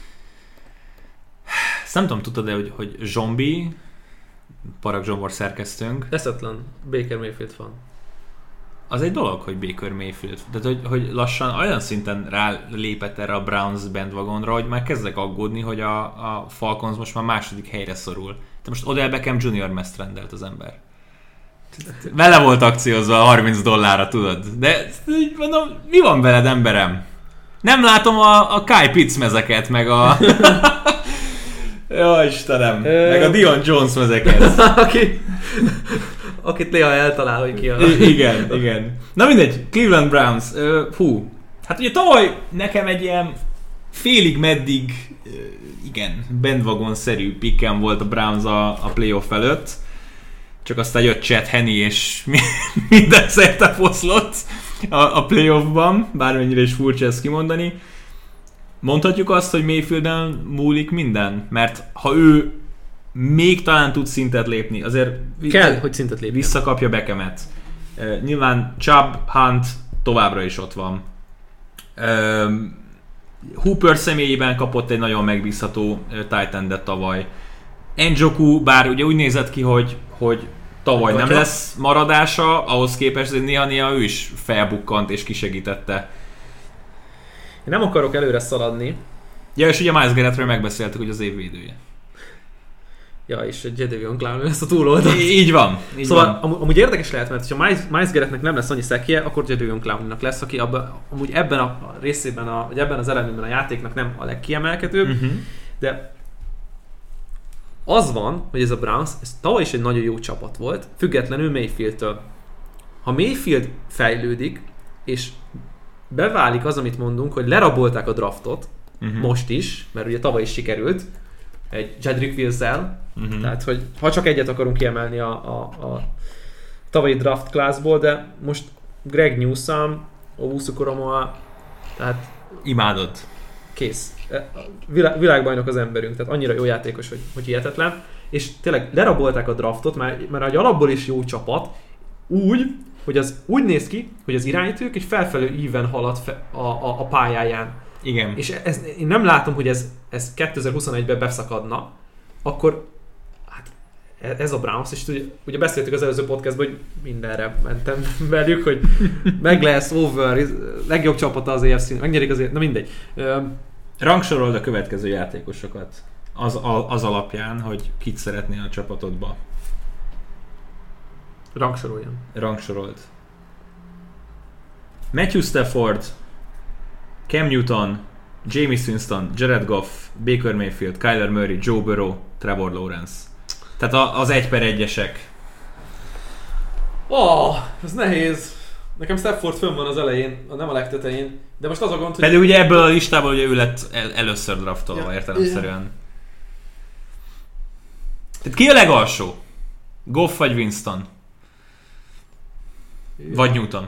Ezt nem tudom, tudtad-e, hogy Zsombi, Parag Zsombor szerkesztőnk. Eszetlen Baker Mayfield van. Az egy dolog, hogy Baker Mayfield. Tehát, hogy lassan olyan szinten rálépett erre a Browns bandwagonra, hogy már kezdek aggódni, hogy a Falcons most már második helyre szorul. Te most Odell Beckham Jr. mezt rendelt az ember. Vele volt akciózva a $30, tudod. De mondom, mi van veled, emberem? Nem látom a Kyle Pitts mezeket, meg a... Jó, Istenem. Meg a Dion Jones mezeket. Akit néha eltalál, hogy ki a... Igen. Na mindegy, Cleveland Browns. Hát ugye tavaly nekem egy ilyen félig meddig bandwagon-szerű pikkem volt a Browns a playoff előtt. Csak aztán jött Chad Henne és minden szerte foszlott a playoffban, bármennyire is furcsa ezt kimondani. Mondhatjuk azt, hogy Mayfielden múlik minden? Mert ha ő még talán tud szintet lépni, azért kell, hogy szintet lépni. Visszakapja Beckhamet. Nyilván Chubb, Hunt továbbra is ott van. Hooper személyében kapott egy nagyon megbízható tight endet tavaly. Njoku, bár ugye úgy nézett ki, hogy tavaly nem lesz maradása, ahhoz képest néha ő is felbukkant és kisegítette. Én nem akarok előre szaladni. Ja, és ugye Myles Garrettről megbeszéltük, hogy az év védője. Ja, és Jadeveon Clowney lesz a túloldalt. Így van. Szóval amúgy érdekes lehet, mert ha Myles Garrettnek nem lesz annyi szekje, akkor Jadeveon Clowneynak lesz, aki amúgy ebben a részében, vagy ebben az elemében a játéknak nem a legkiemelkedőbb, de az van, hogy ez a Browns, ez tavaly is egy nagyon jó csapat volt, függetlenül Mayfieldtől. Ha Mayfield fejlődik, és beválik az, amit mondunk, hogy lerabolták a draftot, most is, mert ugye tavaly is sikerült, egy Jedrick Wills-el, tehát hogy ha csak egyet akarunk kiemelni a tavalyi draft classból, de most Greg Newsome, Owusu Koramoah, tehát imádod. Kész. Világbajnok az emberünk, tehát annyira jó játékos, hogy hihetetlen. És tényleg lerabolták a draftot, mert egy alapból is jó csapat, úgy, hogy az úgy néz ki, hogy az irányítók egy felfelő íven halad a pályáján. Igen. És én nem látom, hogy ez 2021-ben beszakadna, akkor hát ez a Browns, és ugye beszéltük az előző podcastban, hogy mindenre mentem velük, hogy meg lesz over, legjobb csapata az EFC, megnyerik azért, na mindegy. Rangsorold a következő játékosokat az alapján, hogy kit szeretnél a csapatodba. Rangsoroljam. Rangsorold. Matthew Stafford, Cam Newton, Jameis Winston, Jared Goff, Baker Mayfield, Kyler Murray, Joe Burrow, Trevor Lawrence. Tehát az 1/1-esek. Ez nehéz. Nekem Stafford fönn van az elején, nem a legtetején. De most az a gond, hogy... Pedig ugye ebből a listából ugye ő lett először draftolva értelemszerűen. Tehát ki a legalsó? Goff vagy Winston? Vagy Newton?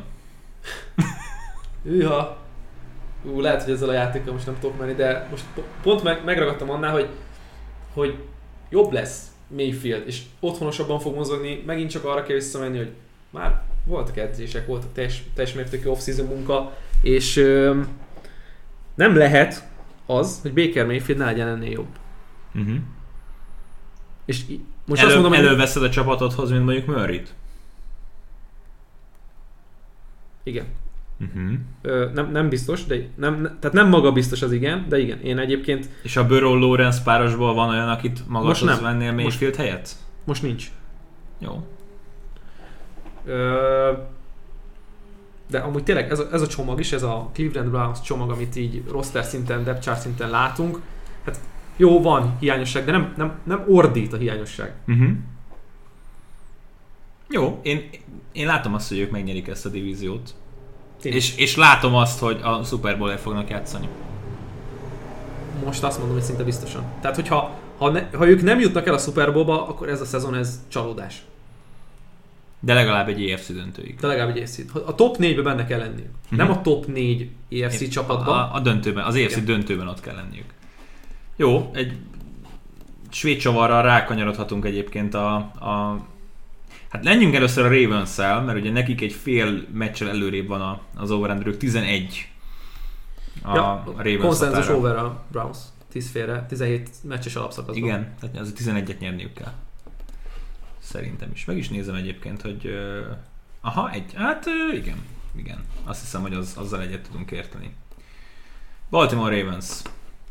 Lehet, hogy ezzel a játékkal most nem tudok menni, de most pont megragadtam annál, hogy jobb lesz Mayfield, és otthonosabban fog mozogni, megint csak arra kell visszamenni, hogy már voltak edzések, voltak teljes mértékű off-season munka, és nem lehet az, hogy Baker Mayfield ne legyen ennél jobb. Uh-huh. És most azt mondom, előveszed a csapatodhoz, mint mondjuk Murray-t? Igen. Uh-huh. Nem biztos, de tehát nem maga biztos az igen, de igen, én egyébként... És a Burrow-Lawrence párosból van olyan, akit magadhoz vennél Mayfield helyett? Most nincs. Jó. De amúgy tényleg ez a csomag is, ez a Cleveland Browns csomag, amit így roster szinten, depth chart szinten látunk, hát jó, van hiányosság, de nem ordít a hiányosság. Uh-huh. Jó, én látom azt, hogy ők megnyerik ezt a divíziót. És látom azt, hogy a Super Bowl-el fognak játszani. Most azt mondom, hogy szinte biztosan. Tehát, hogyha ha ők nem jutnak el a Super Bowl-ba, akkor ez a szezon ez csalódás. De legalább egy EFC döntőig. A top 4-ben benne kell lenniük. Uh-huh. Nem a top 4 EFC csapatban. A döntőben, az EFC döntőben ott kell lenniük. Jó, egy svéd csavarral rákanyarodhatunk egyébként Hát menjünk először a Ravens-szel, mert ugye nekik egy fél meccsel előrébb van az over-underük, 11 a Ravens konszenzus over a Browns, 10 félre, 17 meccses alapszakaszban. Igen, tehát az 11-et nyerniük kell. Szerintem is. Meg is nézem egyébként, hogy... igen. Azt hiszem, hogy azzal egyet tudunk érteni. Baltimore Ravens.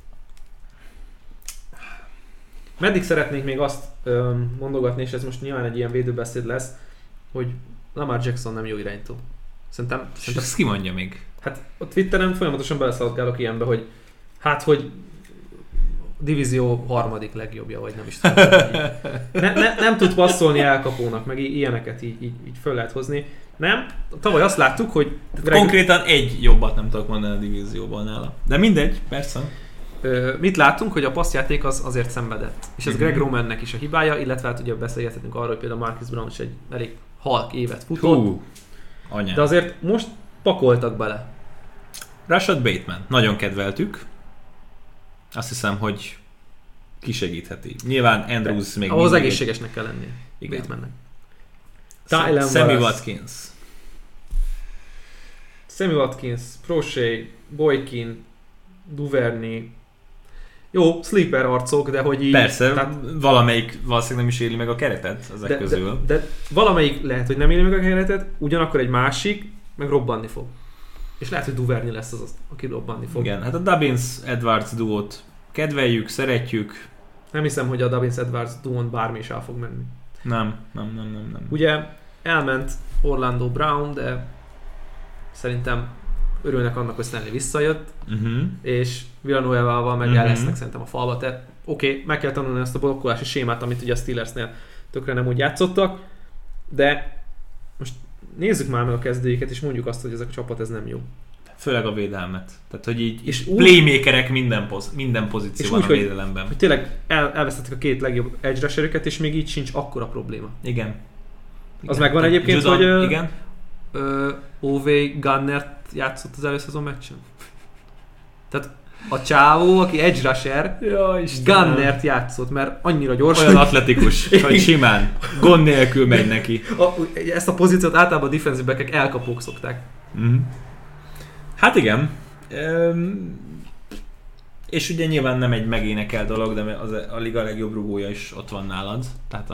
Meddig szeretnék még azt mondogatni, és ez most nyilván egy ilyen védőbeszéd lesz, hogy Lamar Jackson nem jó irányító. Szerintem ezt ki mondja még? Hát a Twitteren folyamatosan beleszaladgálok ilyenbe, hogy hogy divízió harmadik legjobbja, vagy nem is tudom. Nem tud passzolni elkapónak, meg ilyeneket így föl lehet hozni. Nem? Tavaly azt láttuk, hogy... Konkrétan egy jobbat nem tudok mondani a divízióban nála. De mindegy, persze. Mit láttunk, hogy a passzjáték azért szenvedett. És ez Greg Romannek is a hibája, illetve hát ugye beszélgethetünk arról, hogy például Marcus Brown is egy elég halk évet futott. De azért most pakoltak bele. Rashad Bateman. Nagyon kedveltük. Azt hiszem, hogy kisegítheti. Nyilván Andrews még... Ahhoz egészségesnek kell lennie. Batemannek. Sammy Watkins, Prochet, Boykin, Duvernay. Jó, sleeper arcok, de hogy így... Persze, tehát, valamelyik valószínűleg nem is éli meg a keretet ezek közül. De valamelyik lehet, hogy nem éli meg a keretet, ugyanakkor egy másik meg robbanni fog. És lehet, hogy Duvernay lesz az, aki robbanni fog. Igen, hát a Dobbins-Edwards duót kedveljük, szeretjük. Nem hiszem, hogy a Dobbins-Edwards duón bármi is el fog menni. Nem. Ugye elment Orlando Brown, de szerintem örülnek annak, hogy Stanley visszajött, és Villanueva-val meg el lesznek szerintem a falba. Tehát oké, meg kell tanulni ezt a blokkolási sémát, amit ugye a Steelersnél tökre nem úgy játszottak, de most nézzük már meg a kezdőjéket, és mondjuk azt, hogy ez a csapat ez nem jó. Főleg a védelmet. Tehát, hogy így és playmakerek minden pozícióban a védelemben. Hogy tényleg elvesztettek a két legjobb edge rusherüket, és még így sincs akkora probléma. Igen. Az megvan egyébként, Judon, hogy igen. O.V. Gunnert játszott az előszezon meccsen. Tehát a csávó, aki edge rusher, Gunnert játszott, mert annyira gyors. Olyan atletikus, hogy simán, gond nélkül megy neki. Ezt a pozíciót általában a defensive backek elkapók szokták. Hát igen. És ugye nyilván nem egy megénekel dolog, de a liga legjobb rugója is ott van nálad. Tehát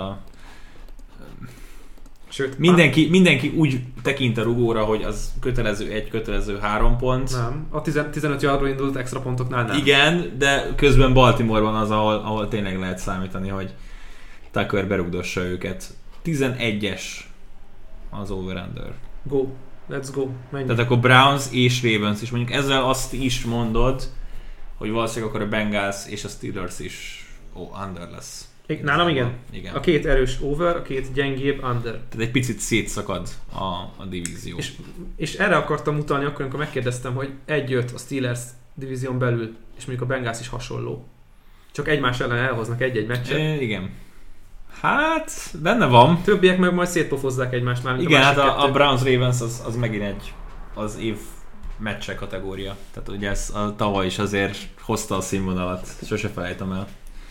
Sőt, mindenki úgy tekint a rugóra, hogy az kötelező 1, kötelező 3 pont. Nem, a 15 yardról indult extra pontoknál nem. Igen, de közben Baltimore-ban az, ahol tényleg lehet számítani, hogy Tucker berugdossa őket. 11-es az over-under. Go. Let's go. Menjünk. Tehát akkor Browns és Ravens is. Mondjuk ezzel azt is mondod, hogy valószínűleg akkor a Bengals és a Steelers is under lesz. Nálam igen. A két erős over, a két gyengébb under. Tehát egy picit szétszakad a divízió. És erre akartam utalni akkor, amikor megkérdeztem, hogy 1-5 a Steelers divízión belül, és mondjuk a Bengals is hasonló. Csak egymás ellen elhoznak egy-egy meccset. Igen. Hát, benne van. Többiek meg majd szétpofozzák egymást már. Igen, hát a Browns-Ravens az megint az év meccse kategória. Tehát ugye ez a tavaly is azért hozta a színvonalat. Sose felejtem el.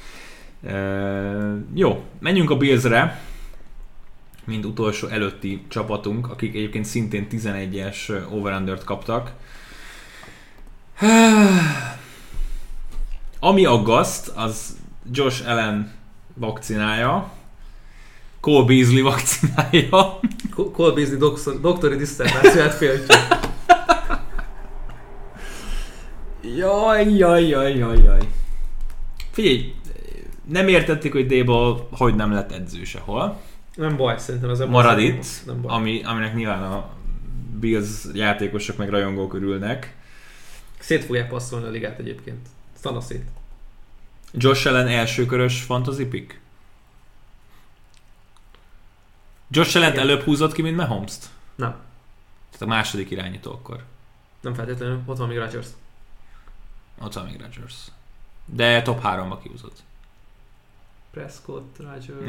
Jó, menjünk a Billsre. Mind utolsó előtti csapatunk, akik egyébként szintén 11-es over-undert kaptak. Ami aggaszt, az Josh Allen vakcinája, Cole Beasley vakcinája. Cole Beasley doktori disszertációját féltjük. Jaj. Figyelj, nem értették, hogy Daboll hogy nem lett edző sehol. Nem baj, szerintem ez marad itt, aminek nyilván a Bills játékosok meg rajongók örülnek. Szét fogják passzolni a ligát egyébként. Szana szét. Josh Allen elsőkörös fantasy pick? Josh Allen előbb húzott ki, mint Mahomes-t? Nem. Tehát a második irányító akkor. Nem feltétlenül, ott van még Rodgers. De top 3-ba kihúzott. Prescott, Rodgers...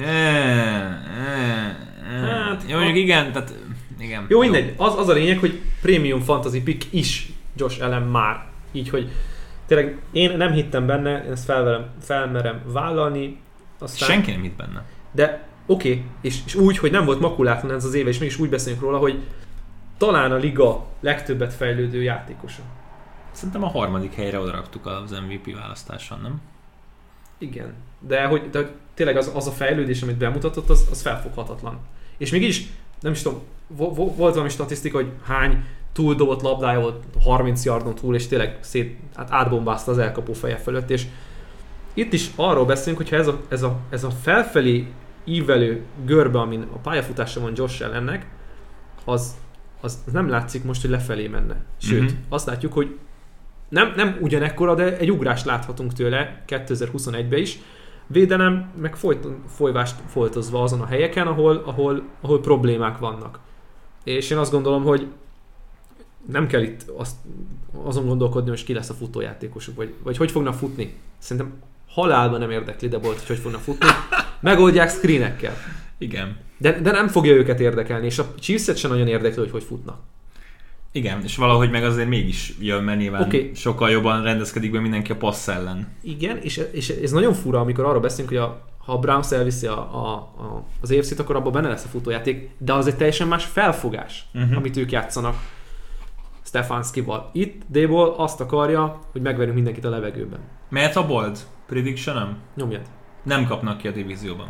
Hát, jó, mondjuk igen, tehát... Igen. Jó, mindegy. Az a lényeg, hogy premium fantasy pick is Josh Allen már. Így, hogy tényleg én nem hittem benne, én ezt felmerem vállalni. Aztán... Senki nem hitt benne. De oké, és úgy, hogy nem volt makulátlan ez az éve, és mégis úgy beszélünk róla, hogy talán a liga legtöbbet fejlődő játékosa. Szerintem a 3. helyre odaraktuk az MVP választáson, nem? Igen, de tényleg az a fejlődés, amit bemutatott, az felfoghatatlan. És mégis, nem is tudom, volt valami statisztika, hogy hány túldobott labdája volt 30 yardon túl, és tényleg átbombázta az elkapó feje fölött, és itt is arról beszélünk, hogyha ez a felfelé ívelő görbe, amin a pályafutása van Josh Allennek, az nem látszik most, hogy lefelé menne. Sőt, azt látjuk, hogy nem ugyanekkora, de egy ugrást láthatunk tőle 2021-ben is. Védelem meg folyvást foltozva azon a helyeken, ahol problémák vannak. És én azt gondolom, hogy nem kell itt azon gondolkodni, hogy ki lesz a futójátékosuk, vagy hogy fognak futni. Szerintem halálban nem érdekli de volt, hogy fognak futni. Megoldják screenekkel. Igen. De nem fogja őket érdekelni, és a Chiefs-et sem nagyon érdekli, hogy futnak. Igen, és valahogy meg azért mégis jön, mert nyilván sokkal jobban rendezkedik be mindenki a passz ellen. Igen, és ez nagyon fura, amikor arról beszélünk, hogy ha a Browns elviszi az AFC-t, akkor abban benne lesz a futójáték, de az egy teljesen más felfogás, amit ők játszanak Stefanskival. Itt Daboll azt akarja, hogy megverjünk mindenkit a levegőben. Mehet a bold prediction-em? Nyomjad. Nem kapnak ki a divízióban.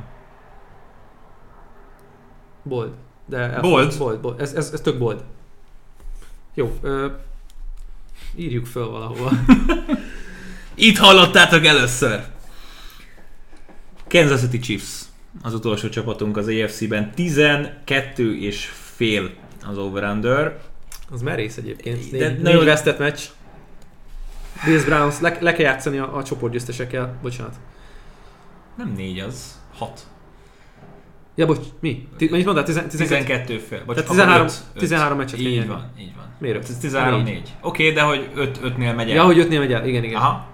Bold. Bold? Ez tök bold. Jó, írjuk föl valahova. Itt hallottátok először! Kansas City Chiefs az utolsó csapatunk az AFC-ben. 12,5 az over-under. Az merész egyébként. Négy vesztett meccs. Bills Browns, le kell játszani a csoportgyőztesekkel. Bocsánat. Nem 4 az, 6. Ja, bocs, mi? Mennyit mondtál? 12 fél. Bocs, 13 meccset kell így van. Miért? Ez 13-4. Oké, de hogy 5-nél megy el. Ja, hogy 5-nél megy el, igen. Aha.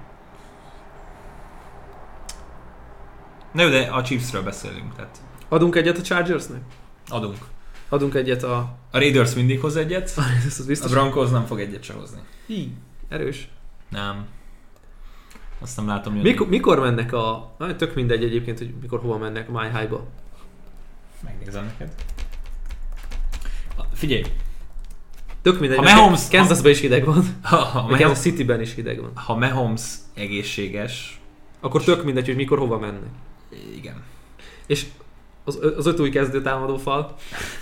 Na jó, de a Chiefsről beszélünk, tehát. Adunk egyet a Chargersnek? Adunk egyet a Raiders mindig hoz egyet. A Broncos nem fog egyet se hozni. Erős. Nem. Azt nem látom jönni. Mikor mennek tök mindegy egyébként, hogy mikor hova mennek a My High-ba. Megnézem neked. Figyelj. Tök mindegy, Kansasban is hideg van. Kansas Cityben is hideg van. Ha Mahomes egészséges, akkor tök mindegy, hogy mikor hova mennek. Igen. És az 5 új kezdő támadó fal.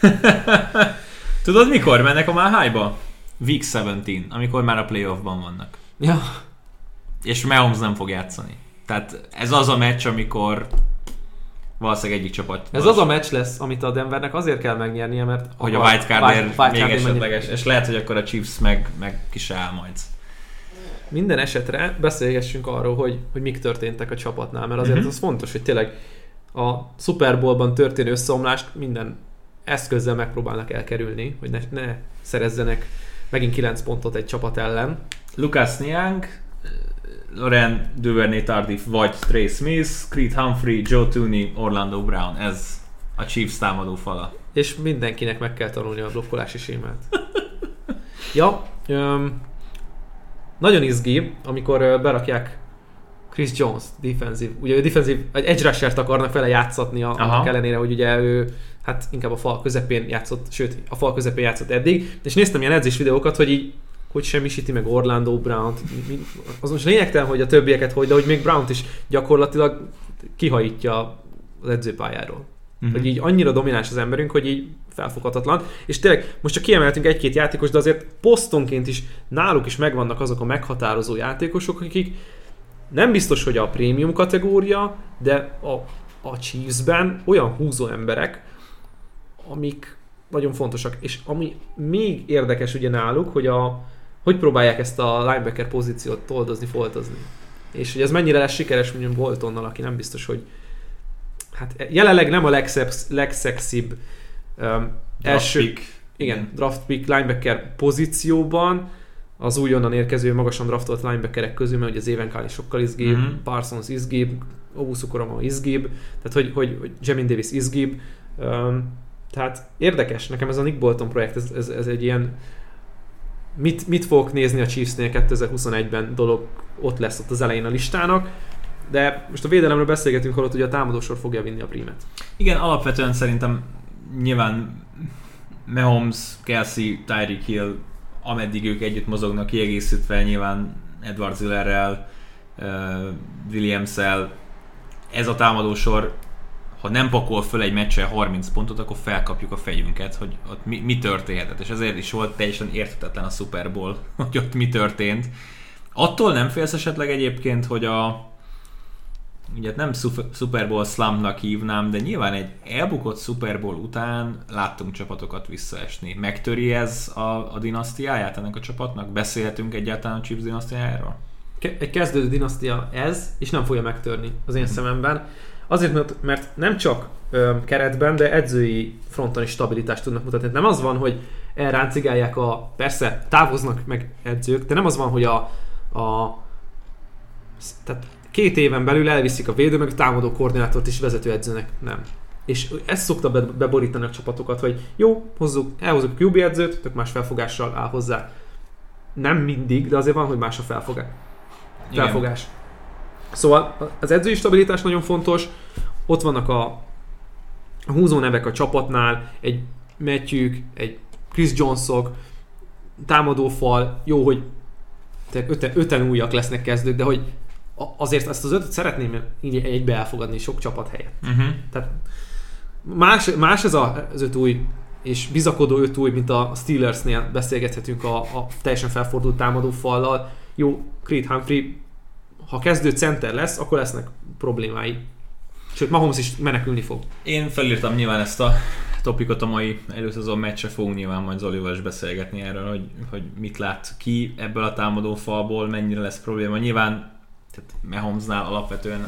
Tudod mikor mennek a My High-ba? Week 17, amikor már a playoffban vannak. Ja. És Mahomes nem fog játszani. Tehát ez az a meccs, amikor valószínűleg egyik csapat. Ez az a meccs lesz, amit a Denvernek azért kell megnyernie, mert hogy a wildcardért még esetleges, és lehet, hogy akkor a Chiefs meg ki se áll majd. Minden esetre beszélgessünk arról, hogy mik történtek a csapatnál, mert azért az fontos, hogy tényleg a Super Bowl-ban történő összeomlást minden eszközzel megpróbálnak elkerülni, hogy ne szerezzenek megint 9 pontot egy csapat ellen. Lucas Niang, Laurent Duvernay-Tardif vagy Trey Smith, Creed Humphrey, Joe Thuney, Orlando Brown. Ez a Chiefs támadó fala. És mindenkinek meg kell tanulni a blokkolási sémát. Ja, nagyon izgi, amikor berakják Chris Jones, ugye ő defensive, egy edge rushert akarnak vele játszatni, annak ellenére, hogy ugye ő hát inkább a fal közepén játszott, sőt a fal közepén játszott eddig, és néztem ilyen edzés videókat, hogy így hogy semmisíti meg Orlando Brown-t. Az most lényegtelen, hogy a többieket de hogy még Brown-t is gyakorlatilag kihajítja az edzőpályáról. Hogy így annyira domináns az emberünk, hogy így felfoghatatlan. És tényleg most csak kiemeltünk egy-két játékos, de azért posztonként is náluk is megvannak azok a meghatározó játékosok, akik nem biztos, hogy a prémium kategória, de a Chiefsben olyan húzó emberek, amik nagyon fontosak. És ami még érdekes ugye náluk, hogy próbálják ezt a linebacker pozíciót toldozni, foltozni. És hogy ez mennyire lesz sikeres mondjuk Boltonnal, aki nem biztos, hogy hát jelenleg nem a legszexibb draft pick linebacker pozícióban, az újonnan érkező, magasan draftolt linebackerek közül, mert ugye az Evan Kali sokkal izgibb, Parsons izgibb, Owusu-Koramoah izgibb, tehát hogy Jamin Davis izgibb. Tehát érdekes, nekem ez a Nick Bolton projekt, ez egy ilyen mit fogok nézni a Chiefsnél 2021-ben dolog, ott lesz ott az elején a listának, de most a védelemről beszélgetünk, holott ugye a támadósor fogja vinni a prímet. Igen, alapvetően szerintem nyilván Mahomes, Kelsey, Tyreek Hill, ameddig ők együtt mozognak, kiegészítve nyilván Edward Zillerrel, Williams-el, ez a támadósor, ha nem pakol föl egy meccsen 30 pontot, akkor felkapjuk a fejünket, hogy ott mi történhetett, és ezért is volt teljesen érthetetlen a Super Bowl, hogy ott mi történt. Attól nem félsz esetleg egyébként, hogy ugye nem Super Bowl slumpnak hívnám, de nyilván egy elbukott Super Bowl után láttunk csapatokat visszaesni. Megtöri ez a dinasztiáját ennek a csapatnak? Beszélhetünk egyáltalán a Chiefs dinasztiájáról? Egy kezdődő dinasztia ez, és nem fogja megtörni az én szememben. Azért, mert nem csak keretben, de edzői fronton is stabilitást tudnak mutatni. Nem az van, hogy elráncigálják persze távoznak meg edzők, de nem az van, hogy tehát 2 éven belül elviszik a védő, meg a támadó koordinátort is vezetőedzőnek. Nem. És ezt szokta beborítani a csapatokat, hogy jó, elhozzuk QB edzőt, tök más felfogással áll hozzá. Nem mindig, de azért van, hogy más a felfogás. Szóval az edzői stabilitás nagyon fontos, ott vannak a húzó nevek a csapatnál, egy Matthew, egy Chris Jonesok, támadófal, jó, hogy öten újak lesznek kezdők, de hogy azért ezt az 5-öt szeretném egybe elfogadni sok csapat helyett. Tehát más ez az 5 új, és bizakodó 5 új, mint a Steelersnél beszélgethetünk a teljesen felfordult támadófallal. Jó, Creed Humphrey, ha kezdő center lesz, akkor lesznek problémái. Sőt, Mahomes is menekülni fog. Én felírtam nyilván ezt a topikot a mai előszezon meccsre, fogunk nyilván majd Zolival is beszélgetni erről, hogy mit lát ki ebből a támadó falból, mennyire lesz probléma. Nyilván tehát Mahomesnál alapvetően,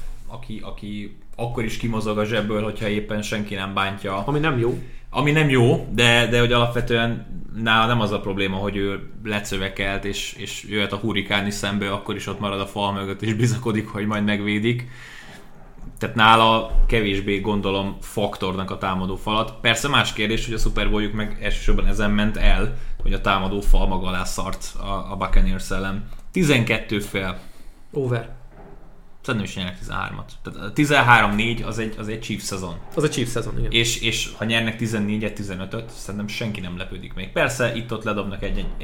aki akkor is kimozog a zsebből, hogyha éppen senki nem bántja. Ami nem jó, de hogy alapvetően nála nem az a probléma, hogy ő lecövekelt, és jöhet a hurrikán is szembe, akkor is ott marad a fal mögött, és bizakodik, hogy majd megvédik. Tehát nála kevésbé gondolom faktornak a támadó falat. Persze más kérdés, hogy a Super Bowl-juk meg elsősorban ezen ment el, hogy a támadó fal maga alá szart a Buccaneers ellen. 12 fél. Over. Szerintem is nyernek 13-at. Tehát 13-4 az egy Chiefs szezon. Az a Chiefs szezon, igen. És ha nyernek 14-et, 15-öt, szerintem senki nem lepődik még. Persze itt-ott ledobnak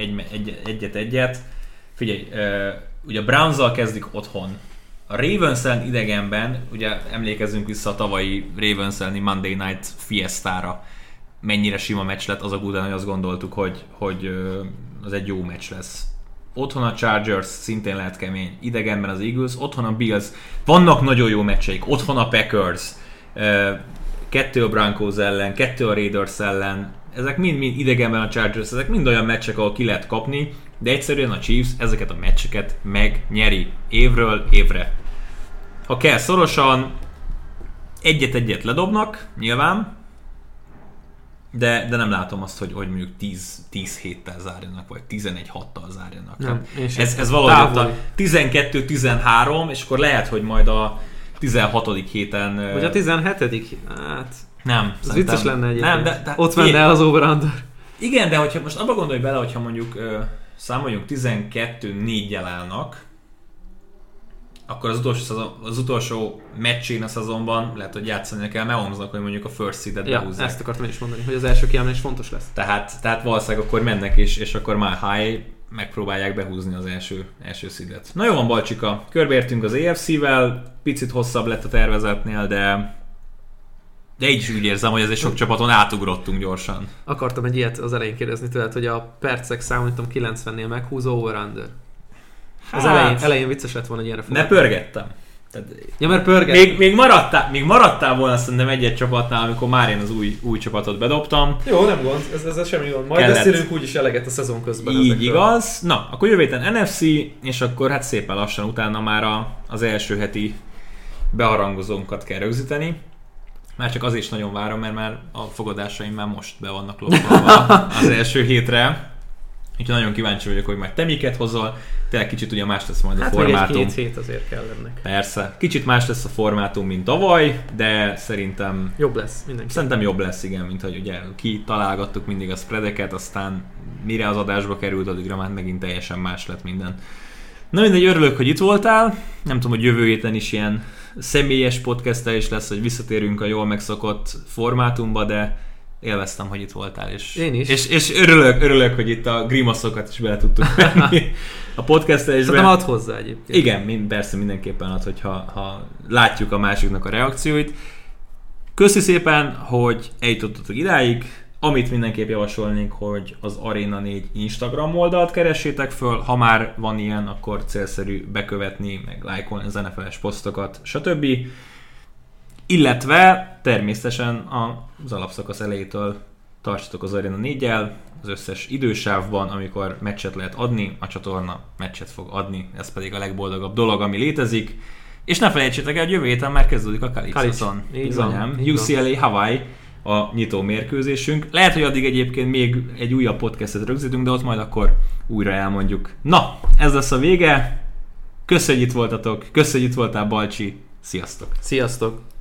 egyet. Figyelj, ugye a Brownzzal kezdik otthon. A Ravens ellen idegenben, ugye emlékezzünk vissza a tavalyi Ravens elleni Monday Night Fiestára, mennyire sima meccs lett azok után, hogy azt gondoltuk, hogy az egy jó meccs lesz. Otthon a Chargers szintén lehet kemény, idegenben az Eagles, otthon a Bills, vannak nagyon jó meccseik, otthon a Packers, 2 a Broncos ellen, 2 a Raiders ellen, ezek mind idegenben a Chargers, ezek mind olyan meccsek, ahol ki lehet kapni, de egyszerűen a Chiefs ezeket a meccseket megnyeri évről évre. Ha kell szorosan, egyet-egyet ledobnak, nyilván, de nem látom azt, hogy mondjuk 10 héttel zárjanak, vagy 11-6-tal zárjanak. Nem, ez valahogy a 12-13, és akkor lehet, hogy majd a 16. héten... Vagy a 17. Hát... Nem. Ez vicces lenne egyébként. Nem, de ott menne el az over-under. Igen, de hogyha most abba gondolj bele, hogyha mondjuk számoljunk 12-4-jel állnak, akkor az utolsó meccsén a szezonban lehet, hogy játszani kell Mahomesnak, hogy mondjuk a first seedet behúzzák. Ezt akartam is mondani, hogy az első kiemelés fontos lesz. Tehát valószínűleg akkor mennek és akkor már high megpróbálják behúzni az első seedet. Na jó van, Balcsika, körbeértünk az AFC-vel, picit hosszabb lett a tervezetnél, de így is úgy érzem, hogy ezért sok csapaton átugrottunk gyorsan. Akartam egy ilyet az elején kérdezni tőled, hogy a percek számítom 90-nél meghúzó over-under. Az elején vicces lett volna egy ilyenre ne pörgettem. Ja, mert pörgettem. Még maradtál volna szerintem egy csapatnál, amikor már én az új csapatot bedobtam. Jó, nem gond, ez semmi gond. Majd beszélünk úgyis eleget a szezon közben. Így ezekről. Igaz. Na, akkor jövő héten NFC, és akkor hát szépen lassan utána már az első heti beharangozónkat kell rögzíteni. Már csak azért is nagyon várom, mert már a fogadásaim már most be vannak lopva az első hétre. Úgyhogy nagyon kíváncsi vagyok, hogy majd te miket hozol. Tényleg kicsit ugye más lesz majd a formátum. Hát még 2 hét azért kell ennek. Persze. Kicsit más lesz a formátum, mint tavaly, de szerintem... Jobb lesz mindenki. Szerintem jobb lesz, igen, mint hogy ugye kitalálgattuk mindig a spreadeket, aztán mire az adásba került, addigra már megint teljesen más lett minden. Na mindegy, örülök, hogy itt voltál. Nem tudom, hogy jövő héten is ilyen személyes podcast is lesz, hogy visszatérünk a jól megszokott formátumba, de élveztem, hogy itt voltál. Én is. És örülök, hogy itt a grimaszokat is bele tudtuk venni a podcastbe. Szerintem ad hozzá egyébként. Igen, persze mindenképpen ad, hogyha látjuk a másiknak a reakcióit. Köszi szépen, hogy eljutottatok idáig. Amit mindenképp javasolnék, hogy az Arena 4 Instagram oldalt keressétek föl, ha már van ilyen, akkor célszerű bekövetni, meg lájkolni az NFL-es posztokat, stb. Illetve természetesen az alapszakasz elejétől tartsatok az Arena 4-jel, az összes idősávban, amikor meccset lehet adni, a csatorna meccset fog adni, ez pedig a legboldogabb dolog, ami létezik. És ne felejtsétek el, jövő héten már kezdődik a Calypso-on. Bizonyám, UCLA Hawaii a nyitó mérkőzésünk. Lehet, hogy addig egyébként még egy újabb podcastet rögzítünk, de ott majd akkor újra elmondjuk. Na, ez lesz a vége. Köszönjük, hogy itt voltatok. Köszönjük, hogy itt voltál, Balcsi. Sziasztok! Sziasztok!